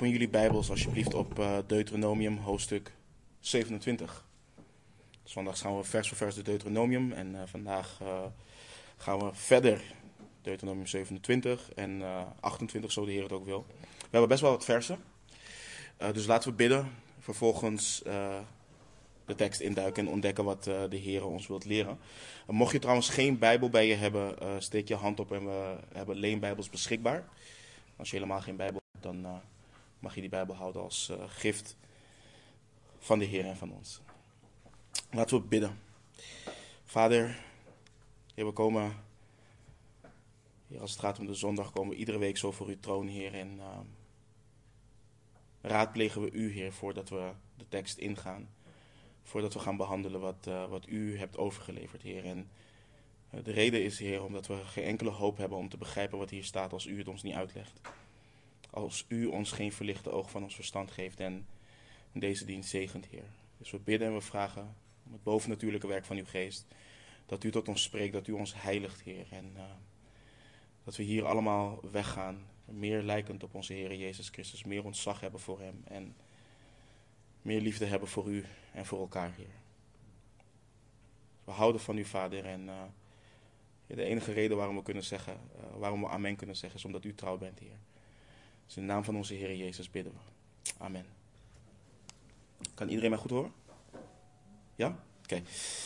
Open jullie Bijbels alsjeblieft op Deuteronomium hoofdstuk 27. Dus vandaag gaan we vers voor vers de Deuteronomium en vandaag gaan we verder. Deuteronomium 27 en 28, zo de Heer het ook wil. We hebben best wel wat versen, dus laten we bidden. Vervolgens de tekst induiken en ontdekken wat de Heer ons wilt leren. Mocht je trouwens geen Bijbel bij je hebben, steek je hand op en we hebben leenbijbels beschikbaar. Als je helemaal geen Bijbel hebt, dan mag je die Bijbel houden als gift van de Heer en van ons. Laten we bidden. Vader, Heer, we komen, Heer, als het gaat om de zondag, komen we iedere week zo voor uw troon, Heer. En raadplegen we u, Heer, voordat we de tekst ingaan. Voordat we gaan behandelen wat u hebt overgeleverd, Heer. En de reden is, Heer, omdat we geen enkele hoop hebben om te begrijpen wat hier staat als u het ons niet uitlegt. Als u ons geen verlichte oog van ons verstand geeft en deze dienst zegent, Heer. Dus we bidden en we vragen om het bovennatuurlijke werk van uw geest. Dat u tot ons spreekt, dat u ons heiligt, Heer. En dat we hier allemaal weggaan, meer lijkend op onze Heer Jezus Christus. Meer ontzag hebben voor hem en meer liefde hebben voor u en voor elkaar, Heer. We houden van u, Vader, en de enige reden waarom we kunnen zeggen, waarom we amen kunnen zeggen, is omdat u trouw bent, Heer. Dus in de naam van onze Heer Jezus bidden we. Amen. Kan iedereen mij goed horen? Ja? Oké.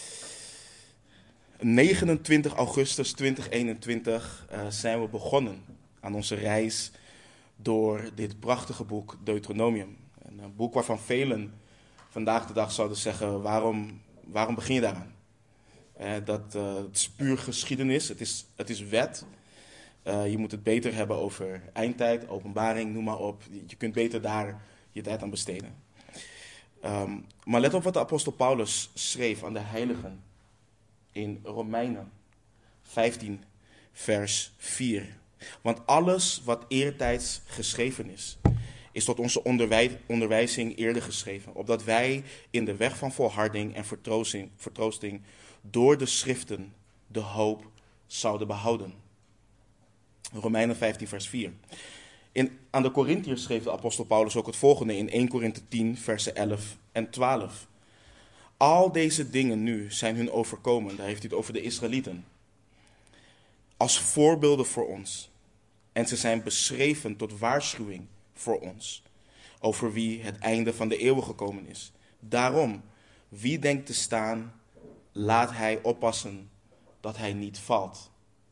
29 augustus 2021 zijn we begonnen aan onze reis door dit prachtige boek Deuteronomium. Een boek waarvan velen vandaag de dag zouden zeggen, waarom begin je daaraan? Het is puur geschiedenis, het is wet. Je moet het beter hebben over eindtijd, openbaring, noem maar op. Je kunt beter daar je tijd aan besteden. Maar let op wat de apostel Paulus schreef aan de heiligen in Romeinen 15 vers 4. Want alles wat eertijds geschreven is tot onze onderwijzing eerder geschreven, opdat wij in de weg van volharding en vertroosting door de schriften de hoop zouden behouden. Romeinen 15 vers 4. Aan de Korintiërs schreef de apostel Paulus ook het volgende in 1 Korinthe 10 versen 11 en 12. Al deze dingen nu zijn hun overkomen, daar heeft hij het over de Israëlieten, als voorbeelden voor ons. En ze zijn beschreven tot waarschuwing voor ons, over wie het einde van de eeuwen gekomen is. Daarom, wie denkt te staan, laat hij oppassen dat hij niet valt.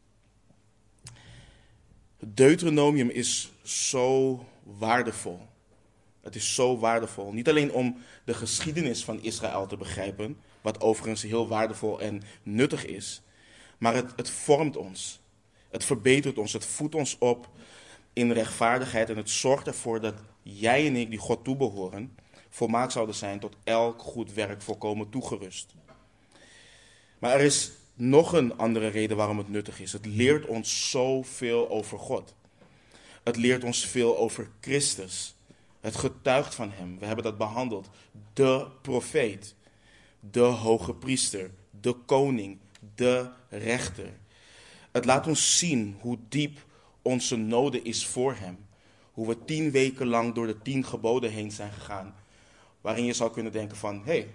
Het Deuteronomium is zo waardevol. Het is zo waardevol. Niet alleen om de geschiedenis van Israël te begrijpen, wat overigens heel waardevol en nuttig is, maar het vormt ons. Het verbetert ons, het voedt ons op in rechtvaardigheid en het zorgt ervoor dat jij en ik, die God toebehoren, volmaakt zouden zijn tot elk goed werk volkomen toegerust. Maar er is nog een andere reden waarom het nuttig is. Het leert ons zoveel over God. Het leert ons veel over Christus. Het getuigt van hem. We hebben dat behandeld. De profeet, de hoge priester, de koning, de rechter. Het laat ons zien hoe diep onze noden is voor hem. Hoe we 10 weken lang door de 10 geboden heen zijn gegaan. Waarin je zou kunnen denken van, hé,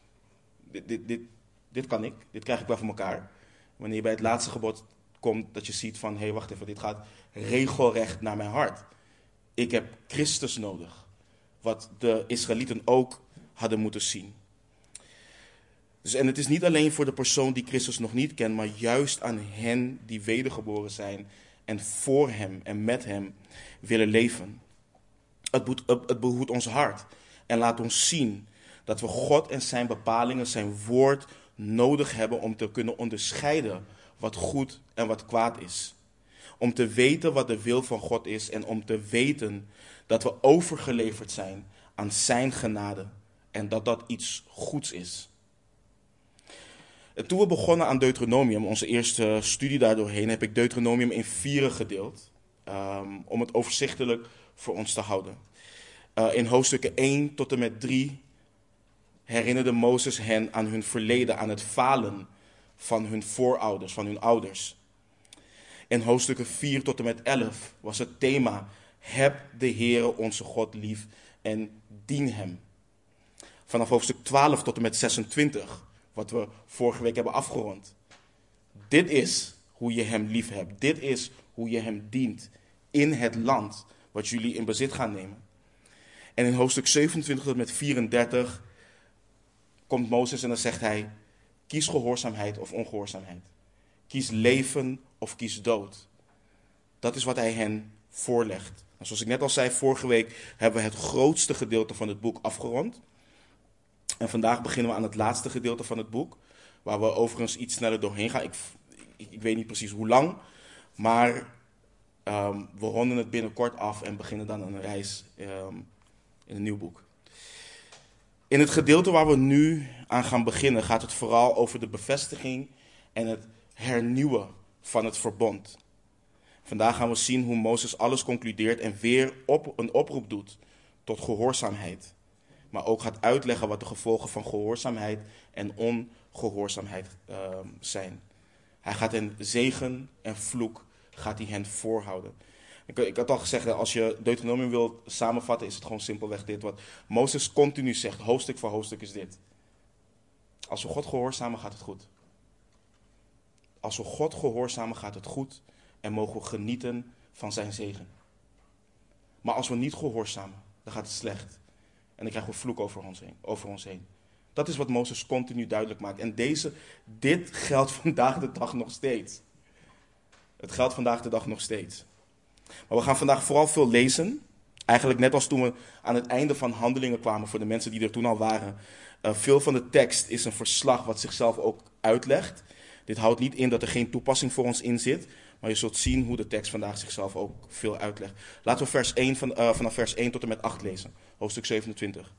dit kan ik, dit krijg ik wel voor elkaar. Wanneer je bij het laatste gebod komt, dat je ziet van, hé, wacht even, dit gaat regelrecht naar mijn hart. Ik heb Christus nodig. Wat de Israëlieten ook hadden moeten zien. Dus, en het is niet alleen voor de persoon die Christus nog niet kent, maar juist aan hen die wedergeboren zijn en voor hem en met hem willen leven. Het behoedt ons hart en laat ons zien dat we God en zijn bepalingen, zijn woord nodig hebben om te kunnen onderscheiden wat goed en wat kwaad is. Om te weten wat de wil van God is en om te weten dat we overgeleverd zijn aan zijn genade en dat dat iets goeds is. En toen we begonnen aan Deuteronomium, onze eerste studie daardoorheen, heb ik Deuteronomium in 4 gedeeld, om het overzichtelijk voor ons te houden. In hoofdstukken 1 tot en met 3 herinnerde Mozes hen aan hun verleden, aan het falen van hun voorouders, van hun ouders. In hoofdstukken 4 tot en met 11 was het thema Heb de Heere onze God lief en dien hem. Vanaf hoofdstuk 12 tot en met 26, wat we vorige week hebben afgerond. Dit is hoe je hem lief hebt. Dit is hoe je hem dient in het land wat jullie in bezit gaan nemen. En in hoofdstuk 27 tot en met 34 komt Mozes en dan zegt hij: kies gehoorzaamheid of ongehoorzaamheid. Kies leven of kies dood. Dat is wat hij hen voorlegt. En zoals ik net al zei, vorige week hebben we het grootste gedeelte van het boek afgerond. En vandaag beginnen we aan het laatste gedeelte van het boek, waar we overigens iets sneller doorheen gaan. Ik weet niet precies hoe lang, maar we ronden het binnenkort af en beginnen dan een reis in een nieuw boek. In het gedeelte waar we nu aan gaan beginnen gaat het vooral over de bevestiging en het hernieuwen van het verbond. Vandaag gaan we zien hoe Mozes alles concludeert en weer een oproep doet tot gehoorzaamheid. Maar ook gaat uitleggen wat de gevolgen van gehoorzaamheid en ongehoorzaamheid zijn. Hij gaat hen zegen en vloek gaat hij hen voorhouden. Ik had al gezegd, als je Deuteronomium wilt samenvatten, is het gewoon simpelweg dit. Wat Mozes continu zegt, hoofdstuk voor hoofdstuk, is dit. Als we God gehoorzamen, gaat het goed. Als we God gehoorzamen, gaat het goed en mogen we genieten van zijn zegen. Maar als we niet gehoorzamen, dan gaat het slecht. En dan krijgen we vloek over ons heen. Dat is wat Mozes continu duidelijk maakt. En dit geldt vandaag de dag nog steeds. Het geldt vandaag de dag nog steeds. Maar we gaan vandaag vooral veel lezen. Eigenlijk net als toen we aan het einde van Handelingen kwamen, voor de mensen die er toen al waren. Veel van de tekst is een verslag wat zichzelf ook uitlegt. Dit houdt niet in dat er geen toepassing voor ons in zit. Maar je zult zien hoe de tekst vandaag zichzelf ook veel uitlegt. Laten we vanaf vers 1 tot en met 8 lezen. Hoofdstuk 27.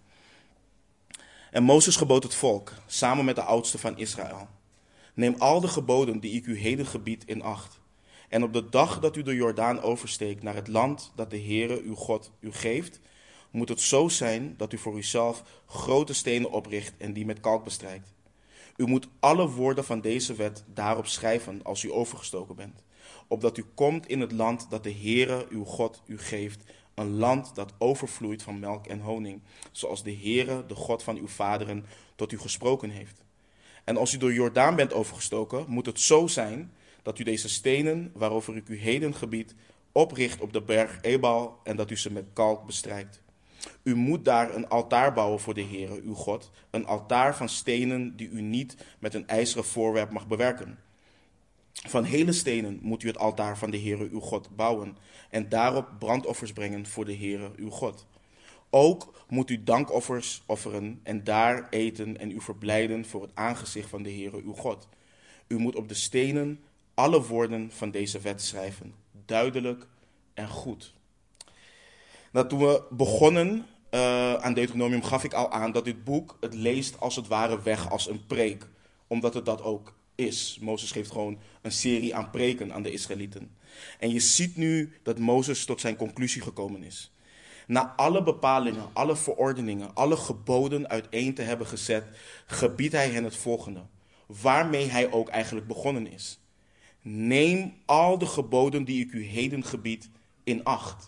En Mozes gebood het volk, samen met de oudsten van Israël: neem al de geboden die ik u heden gebied in acht. En op de dag dat u de Jordaan oversteekt naar het land dat de Heere uw God u geeft, moet het zo zijn dat u voor uzelf grote stenen opricht en die met kalk bestrijkt. U moet alle woorden van deze wet daarop schrijven als u overgestoken bent, opdat u komt in het land dat de Heere uw God u geeft, een land dat overvloeit van melk en honing, zoals de Heere, de God van uw vaderen, tot u gesproken heeft. En als u door Jordaan bent overgestoken, moet het zo zijn dat u deze stenen, waarover ik u heden gebied, opricht op de berg Ebal en dat u ze met kalk bestrijkt. U moet daar een altaar bouwen voor de Heere, uw God, een altaar van stenen die u niet met een ijzeren voorwerp mag bewerken. Van hele stenen moet u het altaar van de Heere, uw God, bouwen en daarop brandoffers brengen voor de Heere, uw God. Ook moet u dankoffers offeren en daar eten en u verblijden voor het aangezicht van de Heere, uw God. U moet op de stenen alle woorden van deze wet schrijven, duidelijk en goed. Nou, toen we begonnen aan Deuteronomium gaf ik al aan dat dit boek het leest als het ware weg als een preek. Omdat het dat ook is. Mozes geeft gewoon een serie aan preken aan de Israëlieten. En je ziet nu dat Mozes tot zijn conclusie gekomen is. Na alle bepalingen, alle verordeningen, alle geboden uiteen te hebben gezet, gebiedt hij hen het volgende. Waarmee hij ook eigenlijk begonnen is. Neem al de geboden die ik u heden gebied in acht.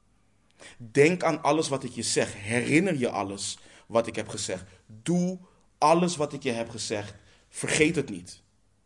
Denk aan alles wat ik je zeg. Herinner je alles wat ik heb gezegd. Doe alles wat ik je heb gezegd. Vergeet het niet.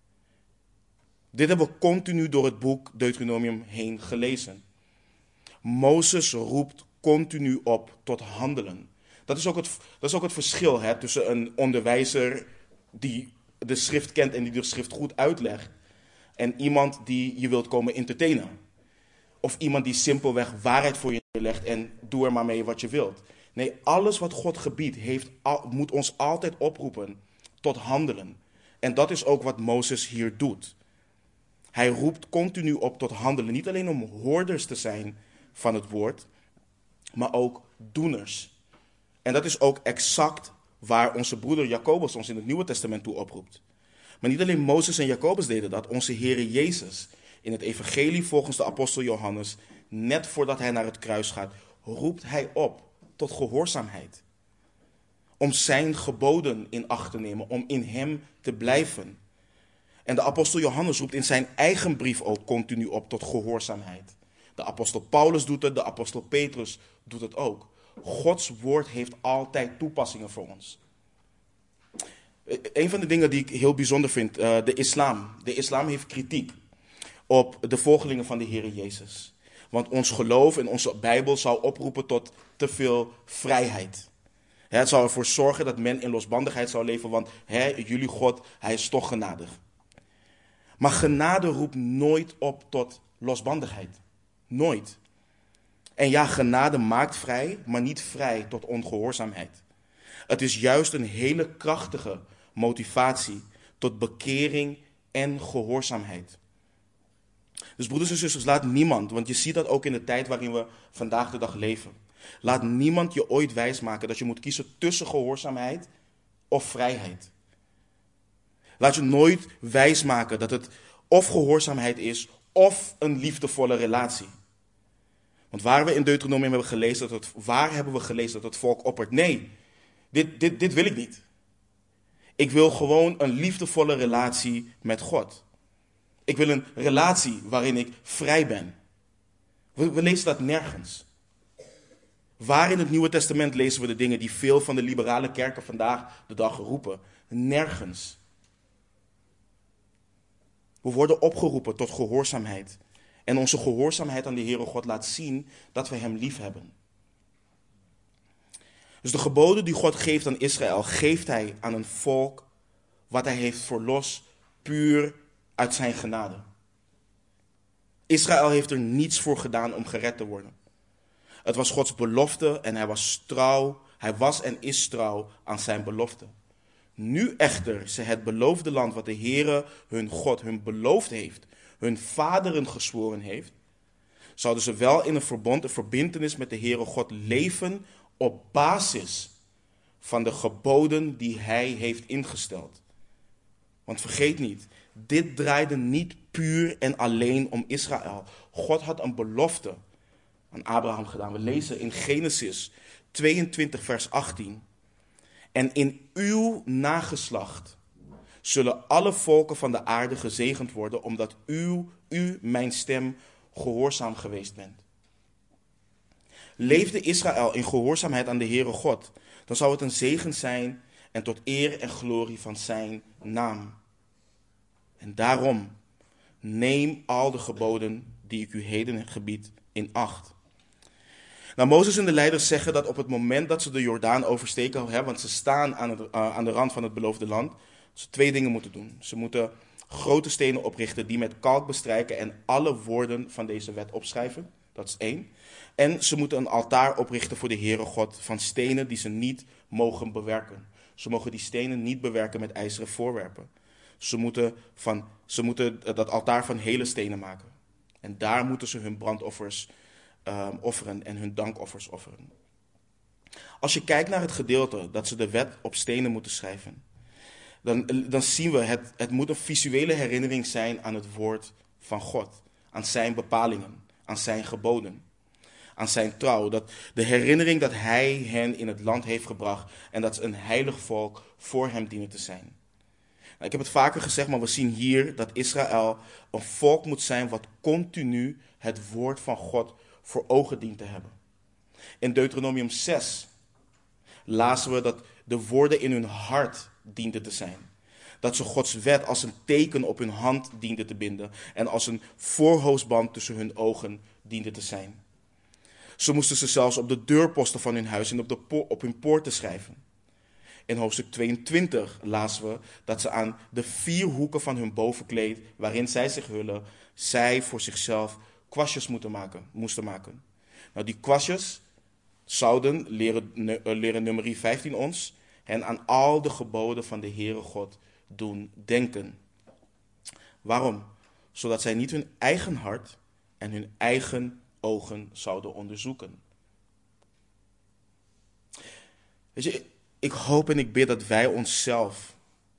Dit hebben we continu door het boek Deuteronomium heen gelezen. Mozes roept continu op tot handelen. Dat is ook het verschil tussen een onderwijzer die de schrift kent en die de schrift goed uitlegt. En iemand die je wilt komen entertainen. Of iemand die simpelweg waarheid voor je legt en doe er maar mee wat je wilt. Nee, alles wat God gebiedt moet ons altijd oproepen tot handelen. En dat is ook wat Mozes hier doet. Hij roept continu op tot handelen. Niet alleen om hoorders te zijn van het woord, maar ook doeners. En dat is ook exact waar onze broeder Jacobus ons in het Nieuwe Testament toe oproept. Maar niet alleen Mozes en Jacobus deden dat. Onze Heere Jezus in het evangelie volgens de apostel Johannes, net voordat hij naar het kruis gaat, roept hij op tot gehoorzaamheid. Om zijn geboden in acht te nemen, om in hem te blijven. En de apostel Johannes roept in zijn eigen brief ook continu op tot gehoorzaamheid. De apostel Paulus doet het, de apostel Petrus doet het ook. Gods woord heeft altijd toepassingen voor ons. Een van de dingen die ik heel bijzonder vind, de islam. De islam heeft kritiek op de volgelingen van de Heer Jezus. Want ons geloof en onze Bijbel zou oproepen tot te veel vrijheid. Het zou ervoor zorgen dat men in losbandigheid zou leven, want jullie God, hij is toch genadig. Maar genade roept nooit op tot losbandigheid. Nooit. En ja, genade maakt vrij, maar niet vrij tot ongehoorzaamheid. Het is juist een hele krachtige motivatie tot bekering en gehoorzaamheid. Dus broeders en zusters, laat niemand, want je ziet dat ook in de tijd waarin we vandaag de dag leven. Laat niemand je ooit wijsmaken dat je moet kiezen tussen gehoorzaamheid of vrijheid. Laat je nooit wijsmaken dat het of gehoorzaamheid is of een liefdevolle relatie. Want waar we in Deuteronomium hebben gelezen dat het volk oppert, nee, dit wil ik niet. Ik wil gewoon een liefdevolle relatie met God. Ik wil een relatie waarin ik vrij ben. We lezen dat nergens. Waar in het Nieuwe Testament lezen we de dingen die veel van de liberale kerken vandaag de dag roepen? Nergens. We worden opgeroepen tot gehoorzaamheid. En onze gehoorzaamheid aan de Heere God laat zien dat we hem lief hebben. Dus de geboden die God geeft aan Israël, geeft hij aan een volk wat hij heeft verlost, puur uit zijn genade. Israël heeft er niets voor gedaan om gered te worden. Het was Gods belofte en hij was en is trouw aan zijn belofte. Nu echter ze het beloofde land wat de Heere hun God hun beloofd heeft, hun vaderen gezworen heeft, zouden ze wel in een verbintenis met de Heere God leven op basis van de geboden die hij heeft ingesteld. Want vergeet niet, dit draaide niet puur en alleen om Israël. God had een belofte aan Abraham gedaan. We lezen in Genesis 22 vers 18. En in uw nageslacht zullen alle volken van de aarde gezegend worden, omdat u mijn stem gehoorzaam geweest bent. Leefde Israël in gehoorzaamheid aan de Heere God, dan zou het een zegen zijn en tot eer en glorie van zijn naam. En daarom, neem al de geboden die ik u heden gebied in acht. Nou, Mozes en de leiders zeggen dat op het moment dat ze de Jordaan oversteken, want ze staan aan de rand van het beloofde land, ze 2 dingen moeten doen. Ze moeten grote stenen oprichten die met kalk bestrijken en alle woorden van deze wet opschrijven. Dat is 1. En ze moeten een altaar oprichten voor de Heere God van stenen die ze niet mogen bewerken. Ze mogen die stenen niet bewerken met ijzeren voorwerpen. Ze moeten dat altaar van hele stenen maken. En daar moeten ze hun brandoffers offeren en hun dankoffers offeren. Als je kijkt naar het gedeelte dat ze de wet op stenen moeten schrijven, dan zien we het moet een visuele herinnering zijn aan het woord van God. Aan zijn bepalingen, aan zijn geboden, aan zijn trouw. De herinnering dat hij hen in het land heeft gebracht en dat ze een heilig volk voor hem dienen te zijn. Nou, ik heb het vaker gezegd, maar we zien hier dat Israël een volk moet zijn wat continu het woord van God voor ogen dient te hebben. In Deuteronomium 6 lazen we dat de woorden in hun hart dienden te zijn. Dat ze Gods wet als een teken op hun hand dienden te binden en als een voorhoofdband tussen hun ogen dienden te zijn. Ze moesten ze zelfs op de deurposten van hun huis en op hun poorten schrijven. In hoofdstuk 22 lazen we dat ze aan de 4 hoeken van hun bovenkleed, waarin zij zich hullen, zij voor zichzelf kwastjes moesten maken. Nou, die kwastjes zouden, leren nummerie 15 ons, hen aan al de geboden van de Heere God doen denken. Waarom? Zodat zij niet hun eigen hart en hun eigen ogen zouden onderzoeken. Weet je, ik hoop en ik bid dat wij onszelf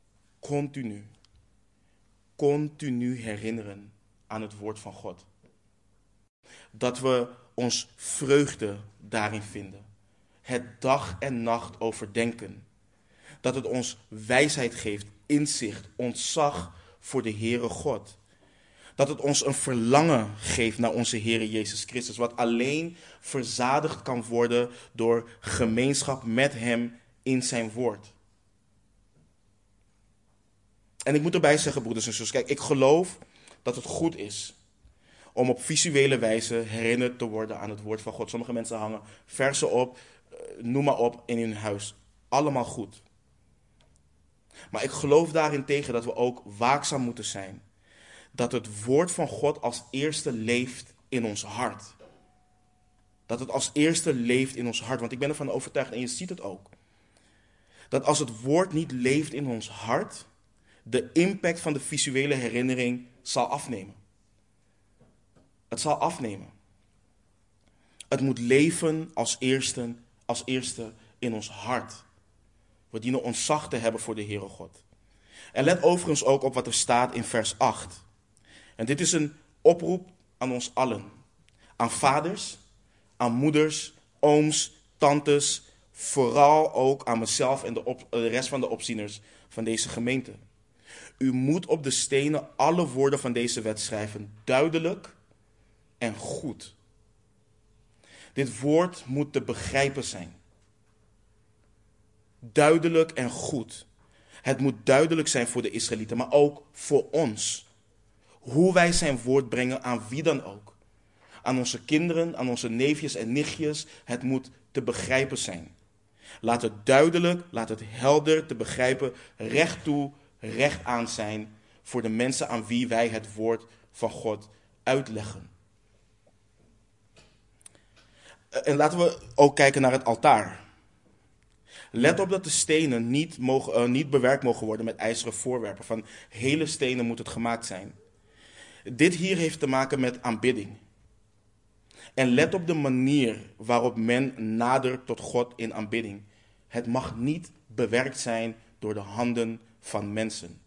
continu herinneren aan het woord van God. Dat we ons vreugde daarin vinden. Het dag en nacht overdenken. Dat het ons wijsheid geeft, inzicht, ontzag voor de Heere God. Dat het ons een verlangen geeft naar onze Heer Jezus Christus. Wat alleen verzadigd kan worden door gemeenschap met Hem in zijn woord. En ik moet erbij zeggen, broeders en zusters, kijk, ik geloof dat het goed is om op visuele wijze herinnerd te worden aan het woord van God. Sommige mensen hangen versen op, noem maar op, in hun huis. Allemaal goed. Maar ik geloof daarentegen dat we ook waakzaam moeten zijn. Dat het woord van God als eerste leeft in ons hart. Dat het als eerste leeft in ons hart. Want ik ben ervan overtuigd, en je ziet het ook, dat als het woord niet leeft in ons hart, de impact van de visuele herinnering zal afnemen. Het zal afnemen. Het moet leven als eerste in ons hart. We dienen ontzag te hebben voor de Heere God. En let overigens ook op wat er staat in vers 8. En dit is een oproep aan ons allen. Aan vaders, aan moeders, ooms, tantes, vooral ook aan mezelf en de rest van de opzieners van deze gemeente. U moet op de stenen alle woorden van deze wet schrijven, duidelijk en goed. Dit woord moet te begrijpen zijn. Duidelijk en goed. Het moet duidelijk zijn voor de Israëlieten, maar ook voor ons. Hoe wij zijn woord brengen aan wie dan ook. Aan onze kinderen, aan onze neefjes en nichtjes. Het moet te begrijpen zijn. Laat het duidelijk, laat het helder te begrijpen, recht toe, recht aan zijn voor de mensen aan wie wij het woord van God uitleggen. En laten we ook kijken naar het altaar. Let op dat de stenen niet bewerkt mogen worden met ijzeren voorwerpen. Van hele stenen moet het gemaakt zijn. Dit hier heeft te maken met aanbidding. En let op de manier waarop men nadert tot God in aanbidding. Het mag niet bewerkt zijn door de handen van mensen.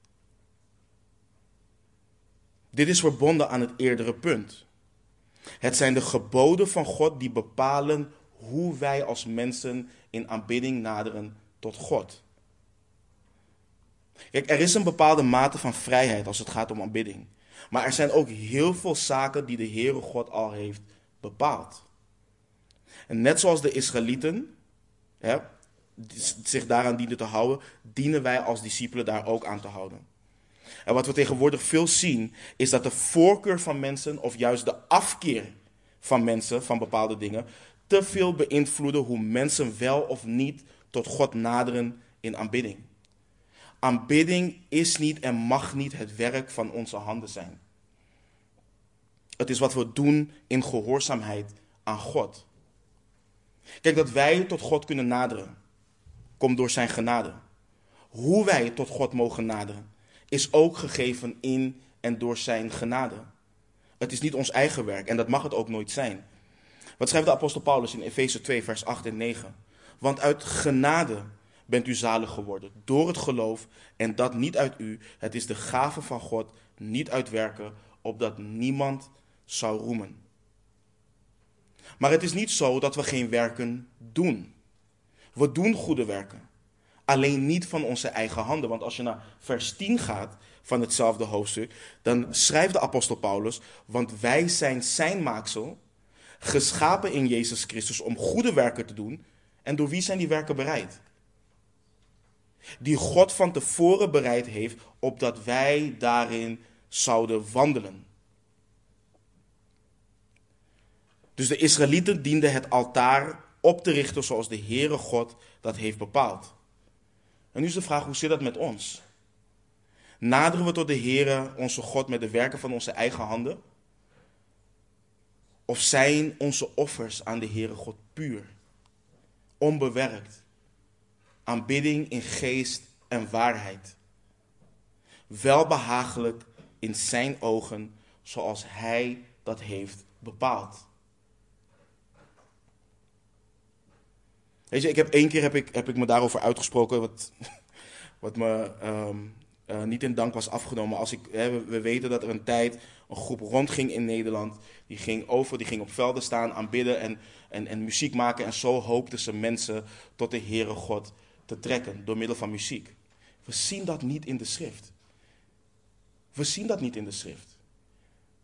Dit is verbonden aan het eerdere punt. Het zijn de geboden van God die bepalen hoe wij als mensen in aanbidding naderen tot God. Kijk, er is een bepaalde mate van vrijheid als het gaat om aanbidding. Maar er zijn ook heel veel zaken die de Heere God al heeft bepaald. En net zoals de Israëlieten zich daaraan dienen te houden, dienen wij als discipelen daar ook aan te houden. En wat we tegenwoordig veel zien, is dat de voorkeur van mensen, of juist de afkeer van mensen van bepaalde dingen, te veel beïnvloeden hoe mensen wel of niet tot God naderen in aanbidding. Aanbidding is niet en mag niet het werk van onze handen zijn. Het is wat we doen in gehoorzaamheid aan God. Kijk, dat wij tot God kunnen naderen, komt door zijn genade. Hoe wij tot God mogen naderen, is ook gegeven in en door zijn genade. Het is niet ons eigen werk en dat mag het ook nooit zijn. Wat schrijft de apostel Paulus in Efeze 2, vers 8 en 9? Want uit genade bent u zalig geworden, door het geloof, en dat niet uit u. Het is de gave van God, niet uit werken, opdat niemand zou roemen. Maar het is niet zo dat we geen werken doen. We doen goede werken. Alleen niet van onze eigen handen. Want als je naar vers 10 gaat van hetzelfde hoofdstuk, dan schrijft de apostel Paulus, want wij zijn zijn maaksel, geschapen in Jezus Christus om goede werken te doen. En door wie zijn die werken bereid? Die God van tevoren bereid heeft, opdat wij daarin zouden wandelen. Dus de Israëlieten dienden het altaar op te richten zoals de Heere God dat heeft bepaald. En nu is de vraag, hoe zit dat met ons? Naderen we tot de Heere, onze God, met de werken van onze eigen handen? Of zijn onze offers aan de Heere God puur, onbewerkt, aanbidding in geest en waarheid, welbehagelijk in zijn ogen, zoals hij dat heeft bepaald? Weet je, één keer heb ik me daarover uitgesproken, wat me niet in dank was afgenomen. We weten dat er een tijd een groep rondging in Nederland. Die ging op velden staan, aanbidden en muziek maken. En zo hoopten ze mensen tot de Heere God te trekken door middel van muziek. We zien dat niet in de schrift. We zien dat niet in de schrift.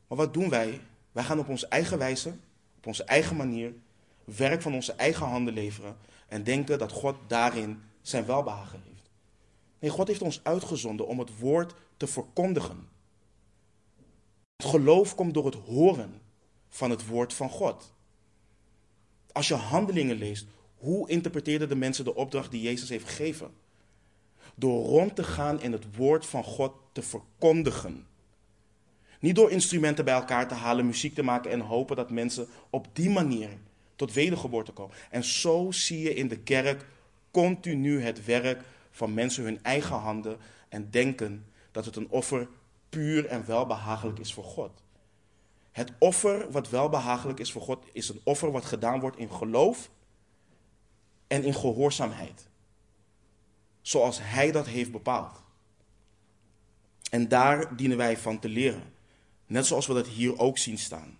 Maar wat doen wij? Wij gaan op onze eigen wijze, op onze eigen manier, werk van onze eigen handen leveren en denken dat God daarin zijn welbehagen heeft. Nee, God heeft ons uitgezonden om het woord te verkondigen. Het geloof komt door het horen van het woord van God. Als je Handelingen leest, hoe interpreteerden de mensen de opdracht die Jezus heeft gegeven? Door rond te gaan en het woord van God te verkondigen. Niet door instrumenten bij elkaar te halen, muziek te maken en hopen dat mensen op die manier tot wedergeboorte komen. En zo zie je in de kerk continu het werk van mensen hun eigen handen en denken dat het een offer puur en welbehagelijk is voor God. Het offer wat welbehagelijk is voor God is een offer wat gedaan wordt in geloof en in gehoorzaamheid. Zoals Hij dat heeft bepaald. En daar dienen wij van te leren. Net zoals we dat hier ook zien staan.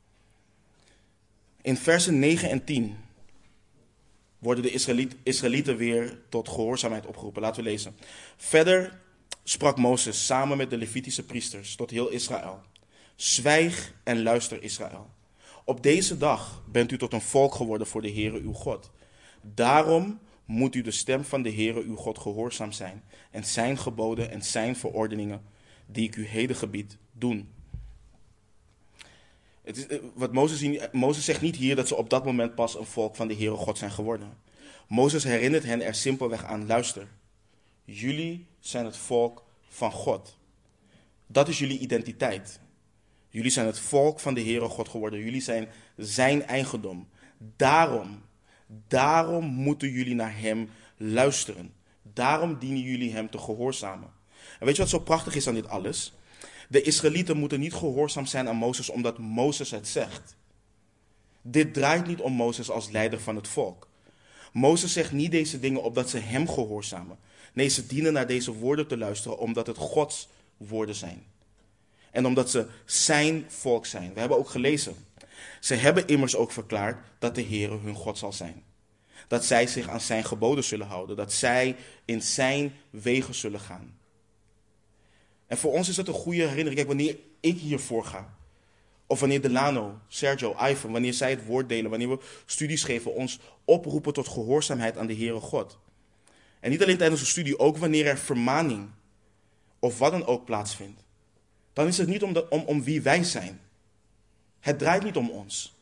In versen 9 en 10 worden de Israëlieten weer tot gehoorzaamheid opgeroepen. Laten we lezen. Verder sprak Mozes samen met de Levitische priesters tot heel Israël. Zwijg en luister, Israël. Op deze dag bent u tot een volk geworden voor de Heere uw God. Daarom moet u de stem van de Heere uw God gehoorzaam zijn en zijn geboden en zijn verordeningen die ik u heden gebied doen. Wat Mozes zegt niet hier dat ze op dat moment pas een volk van de Heere God zijn geworden. Mozes herinnert hen er simpelweg aan, luister, jullie zijn het volk van God. Dat is jullie identiteit. Jullie zijn het volk van de Heere God geworden. Jullie zijn zijn eigendom. Daarom moeten jullie naar hem luisteren. Daarom dienen jullie hem te gehoorzamen. En weet je wat zo prachtig is aan dit alles? De Israëlieten moeten niet gehoorzaam zijn aan Mozes omdat Mozes het zegt. Dit draait niet om Mozes als leider van het volk. Mozes zegt niet deze dingen opdat ze hem gehoorzamen. Nee, ze dienen naar deze woorden te luisteren omdat het Gods woorden zijn. En omdat ze zijn volk zijn. We hebben ook gelezen. Ze hebben immers ook verklaard dat de Heere hun God zal zijn. Dat zij zich aan zijn geboden zullen houden. Dat zij in zijn wegen zullen gaan. En voor ons is het een goede herinnering. Kijk, wanneer ik hiervoor ga. Of wanneer Delano, Sergio, Ivan, wanneer zij het woord delen. Wanneer we studies geven, ons oproepen tot gehoorzaamheid aan de Heere God. En niet alleen tijdens de studie, ook wanneer er vermaning of wat dan ook plaatsvindt. Dan is het niet om wie wij zijn. Het draait niet om ons.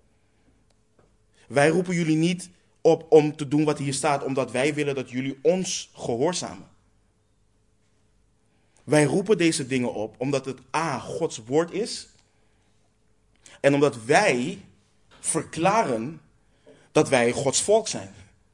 Wij roepen jullie niet op om te doen wat hier staat, omdat wij willen dat jullie ons gehoorzamen. Wij roepen deze dingen op omdat het Gods woord is. En omdat wij verklaren dat wij Gods volk zijn.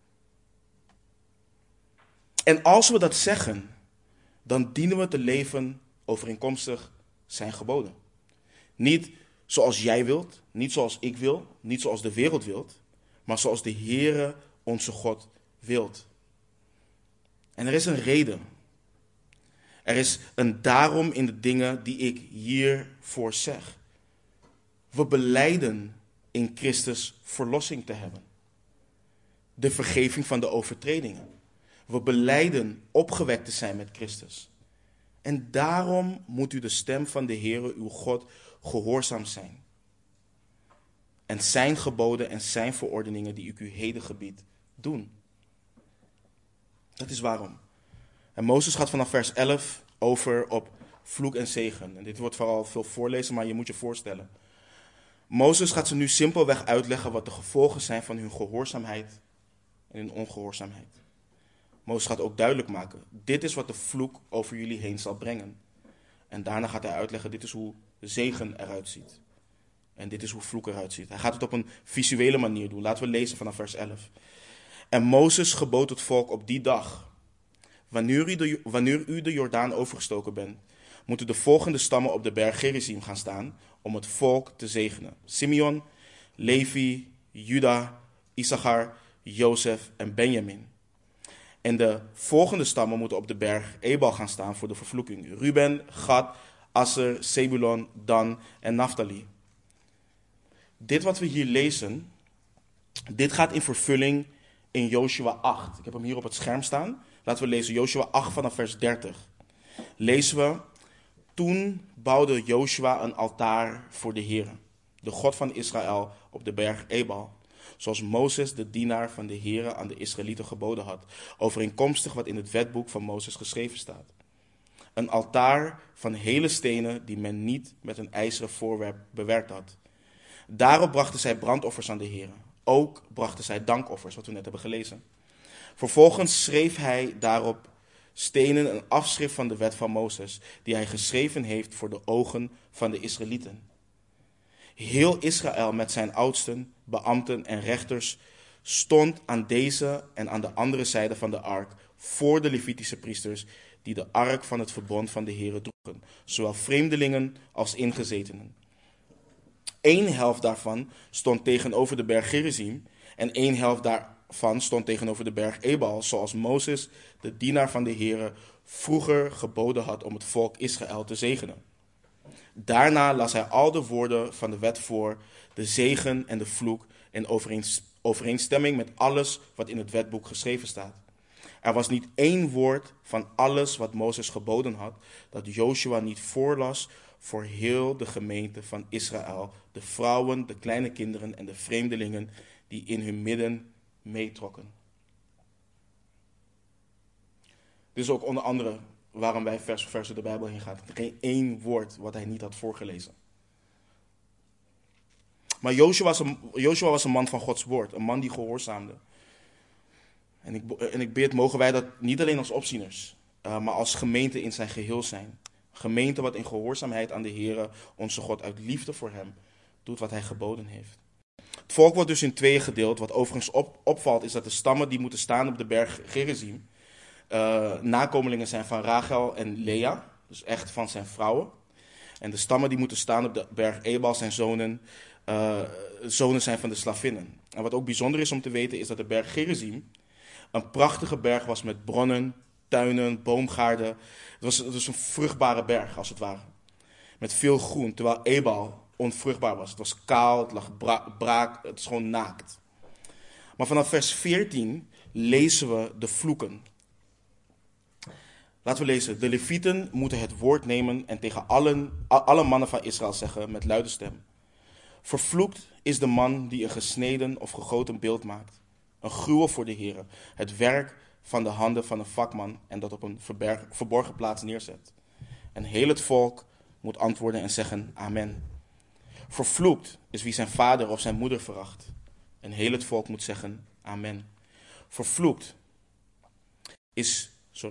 En als we dat zeggen, dan dienen we te leven overeenkomstig zijn geboden. Niet zoals jij wilt, niet zoals ik wil, niet zoals de wereld wilt, maar zoals de Heere onze God wilt. En er is een reden. Er is een daarom in de dingen die ik hiervoor zeg. We belijden in Christus verlossing te hebben. De vergeving van de overtredingen. We belijden opgewekt te zijn met Christus. En daarom moet u de stem van de Heere uw God gehoorzaam zijn. En zijn geboden en zijn verordeningen die ik u heden gebied doen. Dat is waarom. En Mozes gaat vanaf vers 11 over op vloek en zegen. En dit wordt vooral veel voorlezen, maar je moet je voorstellen. Mozes gaat ze nu simpelweg uitleggen wat de gevolgen zijn van hun gehoorzaamheid en hun ongehoorzaamheid. Mozes gaat ook duidelijk maken, dit is wat de vloek over jullie heen zal brengen. En daarna gaat hij uitleggen, dit is hoe zegen eruit ziet. En dit is hoe vloek eruit ziet. Hij gaat het op een visuele manier doen. Laten we lezen vanaf vers 11. En Mozes gebood het volk op die dag. Wanneer u de Jordaan overgestoken bent, moeten de volgende stammen op de berg Gerizim gaan staan om het volk te zegenen. Simeon, Levi, Juda, Issachar, Jozef en Benjamin. En de volgende stammen moeten op de berg Ebal gaan staan voor de vervloeking. Ruben, Gad, Asser, Zebulon, Dan en Naphtali. Dit wat we hier lezen, dit gaat in vervulling in Josua 8. Ik heb hem hier op het scherm staan. Laten we lezen Josua 8 vanaf vers 30. Lezen we, Toen bouwde Jozua een altaar voor de Heere, de God van Israël, op de berg Ebal, zoals Mozes, de dienaar van de Heere, aan de Israëlieten geboden had, overeenkomstig wat in het wetboek van Mozes geschreven staat. Een altaar van hele stenen die men niet met een ijzeren voorwerp bewerkt had. Daarop brachten zij brandoffers aan de Heere. Ook brachten zij dankoffers, wat we net hebben gelezen. Vervolgens schreef hij daarop stenen een afschrift van de wet van Mozes, die hij geschreven heeft voor de ogen van de Israëlieten. Heel Israël met zijn oudsten, beambten en rechters stond aan deze en aan de andere zijde van de ark voor de Levitische priesters, die de ark van het verbond van de Heere droegen, zowel vreemdelingen als ingezetenen. 1 helft daarvan stond tegenover de berg Gerizim en 1 helft daarvan stond tegenover de berg Ebal, zoals Mozes, de dienaar van de Heere, vroeger geboden had om het volk Israël te zegenen. Daarna las hij al de woorden van de wet voor, de zegen en de vloek, in overeenstemming met alles wat in het wetboek geschreven staat. Er was niet 1 woord van alles wat Mozes geboden had, dat Jozua niet voorlas voor heel de gemeente van Israël, de vrouwen, de kleine kinderen en de vreemdelingen die in hun midden meetrokken. Dit is ook onder andere waarom wij vers voor vers door de Bijbel heen gaan. Geen 1 woord wat hij niet had voorgelezen. Maar Jozua was een man van Gods woord, een man die gehoorzaamde. En ik bid, mogen wij dat niet alleen als opzieners, maar als gemeente in zijn geheel zijn. Gemeente wat in gehoorzaamheid aan de Heere, onze God, uit liefde voor hem, doet wat hij geboden heeft. Het volk wordt dus in 2 gedeeld. Wat overigens opvalt is dat de stammen die moeten staan op de berg Gerizim nakomelingen zijn van Rachel en Lea, dus echt van zijn vrouwen. En de stammen die moeten staan op de berg Ebal zijn zonen zijn van de slavinnen. En wat ook bijzonder is om te weten is dat de berg Gerizim een prachtige berg was met bronnen, tuinen, boomgaarden. Het was een vruchtbare berg, als het ware. Met veel groen, terwijl Ebal onvruchtbaar was. Het was kaal, het lag braak, het is gewoon naakt. Maar vanaf vers 14 lezen we de vloeken. Laten we lezen. De Levieten moeten het woord nemen en tegen alle mannen van Israël zeggen met luide stem. Vervloekt is de man die een gesneden of gegoten beeld maakt. Een gruwel voor de Heere. Het werk van de handen van een vakman en dat op een verborgen plaats neerzet. En heel het volk moet antwoorden en zeggen amen. Vervloekt is wie zijn vader of zijn moeder veracht. En heel het volk moet zeggen amen. Vervloekt is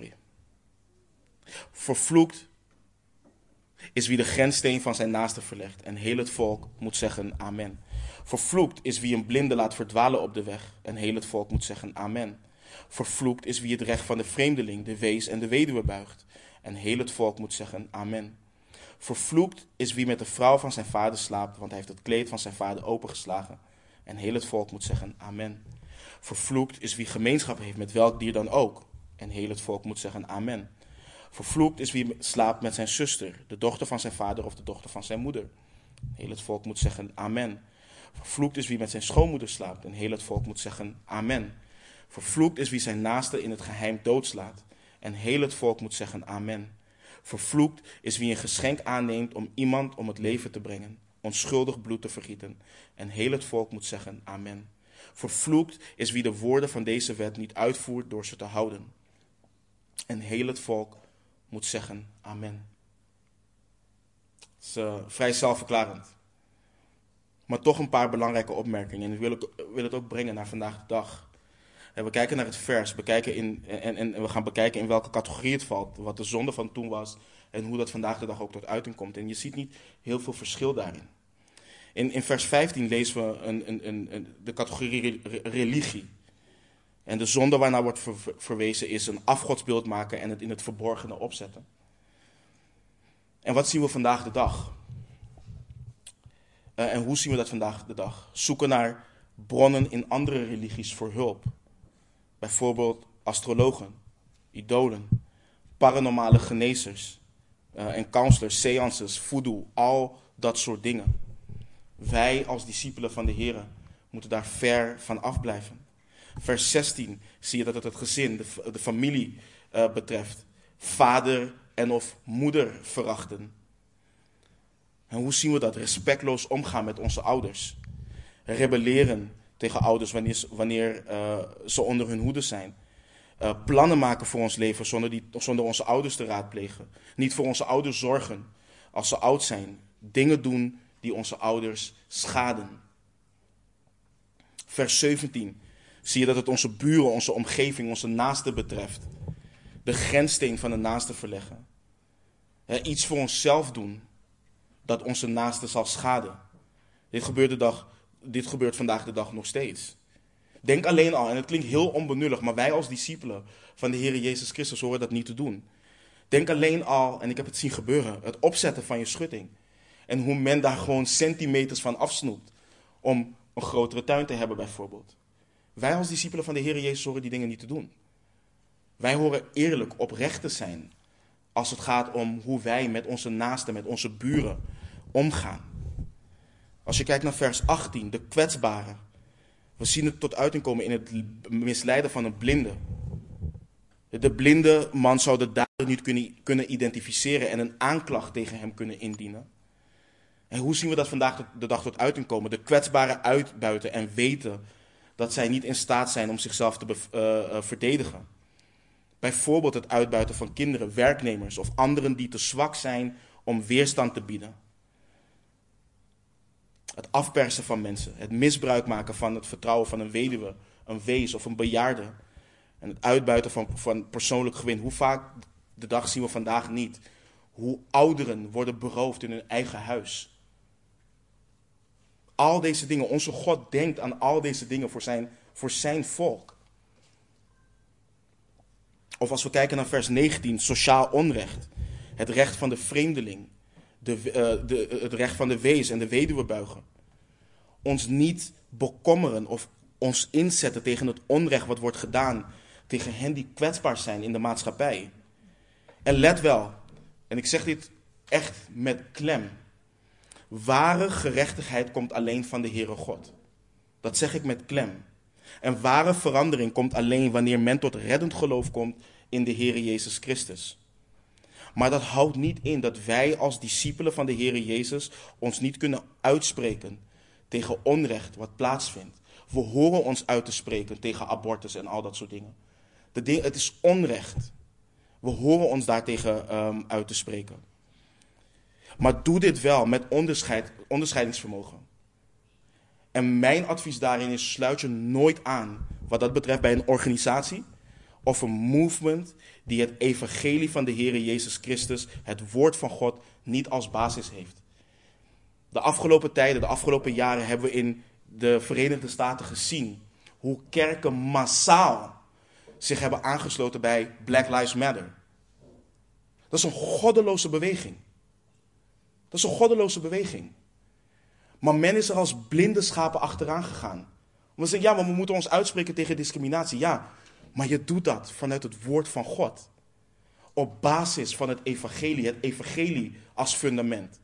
wie de grenssteen van zijn naaste verlegt. En heel het volk moet zeggen amen. Vervloekt is wie een blinde laat verdwalen op de weg. En heel het volk moet zeggen amen. Vervloekt is wie het recht van de vreemdeling, de wees en de weduwe buigt. En heel het volk moet zeggen amen. Vervloekt is wie met de vrouw van zijn vader slaapt, want hij heeft het kleed van zijn vader opengeslagen. En heel het volk moet zeggen amen. Vervloekt is wie gemeenschap heeft met welk dier dan ook. En heel het volk moet zeggen amen. Vervloekt is wie slaapt met zijn zuster, de dochter van zijn vader of de dochter van zijn moeder. Heel het volk moet zeggen amen. Vervloekt is wie met zijn schoonmoeder slaapt. En heel het volk moet zeggen amen. Vervloekt is wie zijn naaste in het geheim doodslaat. En heel het volk moet zeggen amen. Vervloekt is wie een geschenk aanneemt om iemand om het leven te brengen, onschuldig bloed te vergieten. En heel het volk moet zeggen amen. Vervloekt is wie de woorden van deze wet niet uitvoert door ze te houden. En heel het volk moet zeggen amen. Het is vrij zelfverklarend. Maar toch een paar belangrijke opmerkingen. En ik wil het ook brengen naar vandaag de dag. En we kijken naar het vers, en we gaan bekijken in welke categorie het valt. Wat de zonde van toen was en hoe dat vandaag de dag ook tot uiting komt. En je ziet niet heel veel verschil daarin. In vers 15 lezen we de categorie religie. En de zonde waarnaar wordt verwezen is een afgodsbeeld maken en het in het verborgene opzetten. En wat zien we vandaag de dag? En hoe zien we dat vandaag de dag? Zoeken naar bronnen in andere religies voor hulp. Bijvoorbeeld astrologen, idolen, paranormale genezers en counselors, seances, voodoo, al dat soort dingen. Wij als discipelen van de Heere moeten daar ver van afblijven. Vers 16 zie je dat het gezin, de familie betreft. Vader en of moeder verachten. En hoe zien we dat? Respectloos omgaan met onze ouders. Rebelleren tegen ouders wanneer ze onder hun hoede zijn. Plannen maken voor ons leven zonder onze ouders te raadplegen. Niet voor onze ouders zorgen als ze oud zijn. Dingen doen die onze ouders schaden. Vers 17. Zie je dat het onze buren, onze omgeving, onze naasten betreft. De grenssteen van de naaste verleggen. Iets voor onszelf doen dat onze naaste zal schaden. Dit gebeurt vandaag de dag nog steeds. Denk alleen al, en het klinkt heel onbenullig, maar wij als discipelen van de Heer Jezus Christus horen dat niet te doen. Denk alleen al, en ik heb het zien gebeuren, het opzetten van je schutting. En hoe men daar gewoon centimeters van afsnoept om een grotere tuin te hebben bijvoorbeeld. Wij als discipelen van de Heer Jezus horen die dingen niet te doen. Wij horen eerlijk, oprecht te zijn als het gaat om hoe wij met onze naasten, met onze buren omgaan. Als je kijkt naar vers 18, de kwetsbaren. We zien het tot uiting komen in het misleiden van een blinde. De blinde man zou de dader niet kunnen identificeren en een aanklacht tegen hem kunnen indienen. En hoe zien we dat vandaag de dag tot uiting komen? De kwetsbaren uitbuiten en weten dat zij niet in staat zijn om zichzelf te verdedigen. Bijvoorbeeld het uitbuiten van kinderen, werknemers of anderen die te zwak zijn om weerstand te bieden. Het afpersen van mensen, het misbruik maken van het vertrouwen van een weduwe, een wees of een bejaarde. En het uitbuiten van persoonlijk gewin. Hoe vaak de dag zien we vandaag niet. Hoe ouderen worden beroofd in hun eigen huis. Al deze dingen, onze God denkt aan al deze dingen voor zijn volk. Of als we kijken naar vers 19, sociaal onrecht. Het recht van de vreemdeling. Het recht van de wees en de weduwe buigen. Ons niet bekommeren of ons inzetten tegen het onrecht wat wordt gedaan tegen hen die kwetsbaar zijn in de maatschappij. En let wel, en ik zeg dit echt met klem. Ware gerechtigheid komt alleen van de Heere God. Dat zeg ik met klem. En ware verandering komt alleen wanneer men tot reddend geloof komt in de Heere Jezus Christus. Maar dat houdt niet in dat wij als discipelen van de Heere Jezus ons niet kunnen uitspreken tegen onrecht wat plaatsvindt. We horen ons uit te spreken tegen abortus en al dat soort dingen. Het is onrecht. We horen ons daartegen uit te spreken. Maar doe dit wel met onderscheidingsvermogen. En mijn advies daarin is, sluit je nooit aan wat dat betreft bij een organisatie of een movement die het evangelie van de Heere Jezus Christus, het woord van God, niet als basis heeft. De afgelopen tijden, de afgelopen jaren hebben we in de Verenigde Staten gezien hoe kerken massaal zich hebben aangesloten bij Black Lives Matter. Dat is een goddeloze beweging. Dat is een goddeloze beweging. Maar men is er als blinde schapen achteraan gegaan. We zeggen, ja, maar we moeten ons uitspreken tegen discriminatie. Ja, maar je doet dat vanuit het woord van God. Op basis van het evangelie als fundament.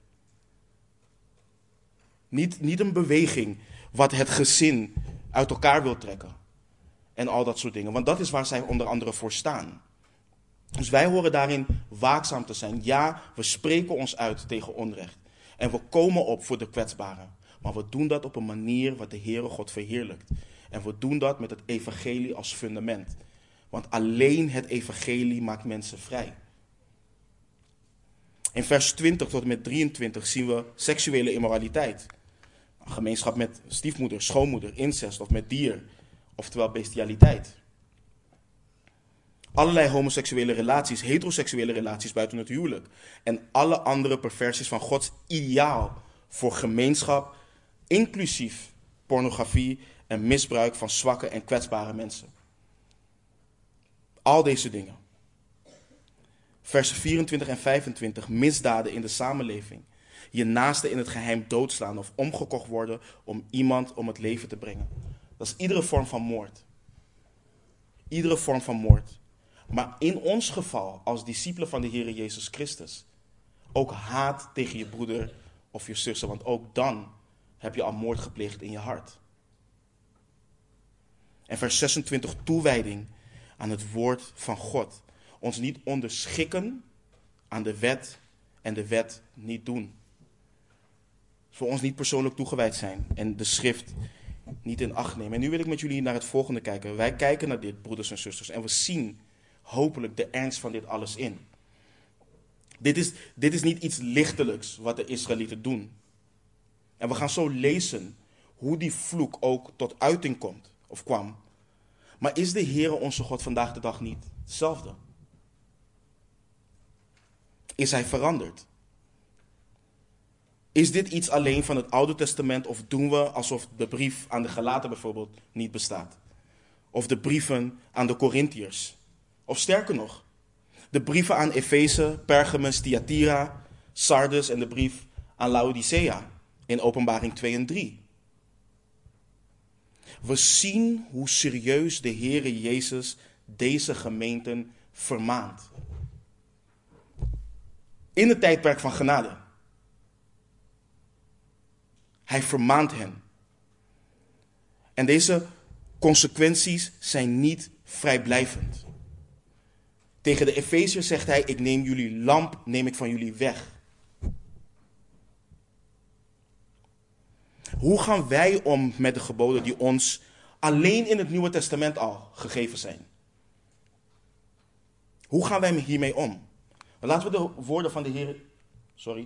Niet een beweging wat het gezin uit elkaar wil trekken. En al dat soort dingen. Want dat is waar zij onder andere voor staan. Dus wij horen daarin waakzaam te zijn. Ja, we spreken ons uit tegen onrecht. En we komen op voor de kwetsbaren. Maar we doen dat op een manier wat de Heere God verheerlijkt. En we doen dat met het evangelie als fundament. Want alleen het evangelie maakt mensen vrij. In vers 20 tot en met 23 zien we seksuele immoraliteit. Een gemeenschap met stiefmoeder, schoonmoeder, incest of met dier. Oftewel bestialiteit. Allerlei homoseksuele relaties, heteroseksuele relaties buiten het huwelijk. En alle andere perversies van Gods ideaal voor gemeenschap, inclusief pornografie en misbruik van zwakke en kwetsbare mensen. Al deze dingen. Versen 24 en 25, misdaden in de samenleving. Je naaste in het geheim doodslaan of omgekocht worden om iemand om het leven te brengen. Dat is iedere vorm van moord. Iedere vorm van moord. Maar in ons geval, als discipelen van de Heere Jezus Christus, ook haat tegen je broeder of je zuster, want ook dan heb je al moord gepleegd in je hart. En vers 26, toewijding aan het woord van God. Ons niet onderschikken aan de wet en de wet niet doen. Voor ons niet persoonlijk toegewijd zijn en de schrift niet in acht nemen. En nu wil ik met jullie naar het volgende kijken. Wij kijken naar dit, broeders en zusters, en we zien hopelijk de ernst van dit alles in. Dit is niet iets lichtelijks wat de Israëlieten doen. En we gaan zo lezen hoe die vloek ook tot uiting komt, of kwam. Maar is de Heere onze God vandaag de dag niet hetzelfde? Is hij veranderd? Is dit iets alleen van het Oude Testament of doen we alsof de brief aan de Galaten bijvoorbeeld niet bestaat? Of de brieven aan de Korintiërs? Of sterker nog, de brieven aan Efeze, Pergamus, Thyatira, Sardes en de brief aan Laodicea in Openbaring 2 en 3. We zien hoe serieus de Heere Jezus deze gemeenten vermaant. In het tijdperk van genade. Hij vermaant hen. En deze consequenties zijn niet vrijblijvend. Tegen de Efeziërs zegt hij, ik neem jullie lamp, neem ik van jullie weg. Hoe gaan wij om met de geboden die ons alleen in het Nieuwe Testament al gegeven zijn? Hoe gaan wij hiermee om? Laten we de woorden van de Heer... Sorry.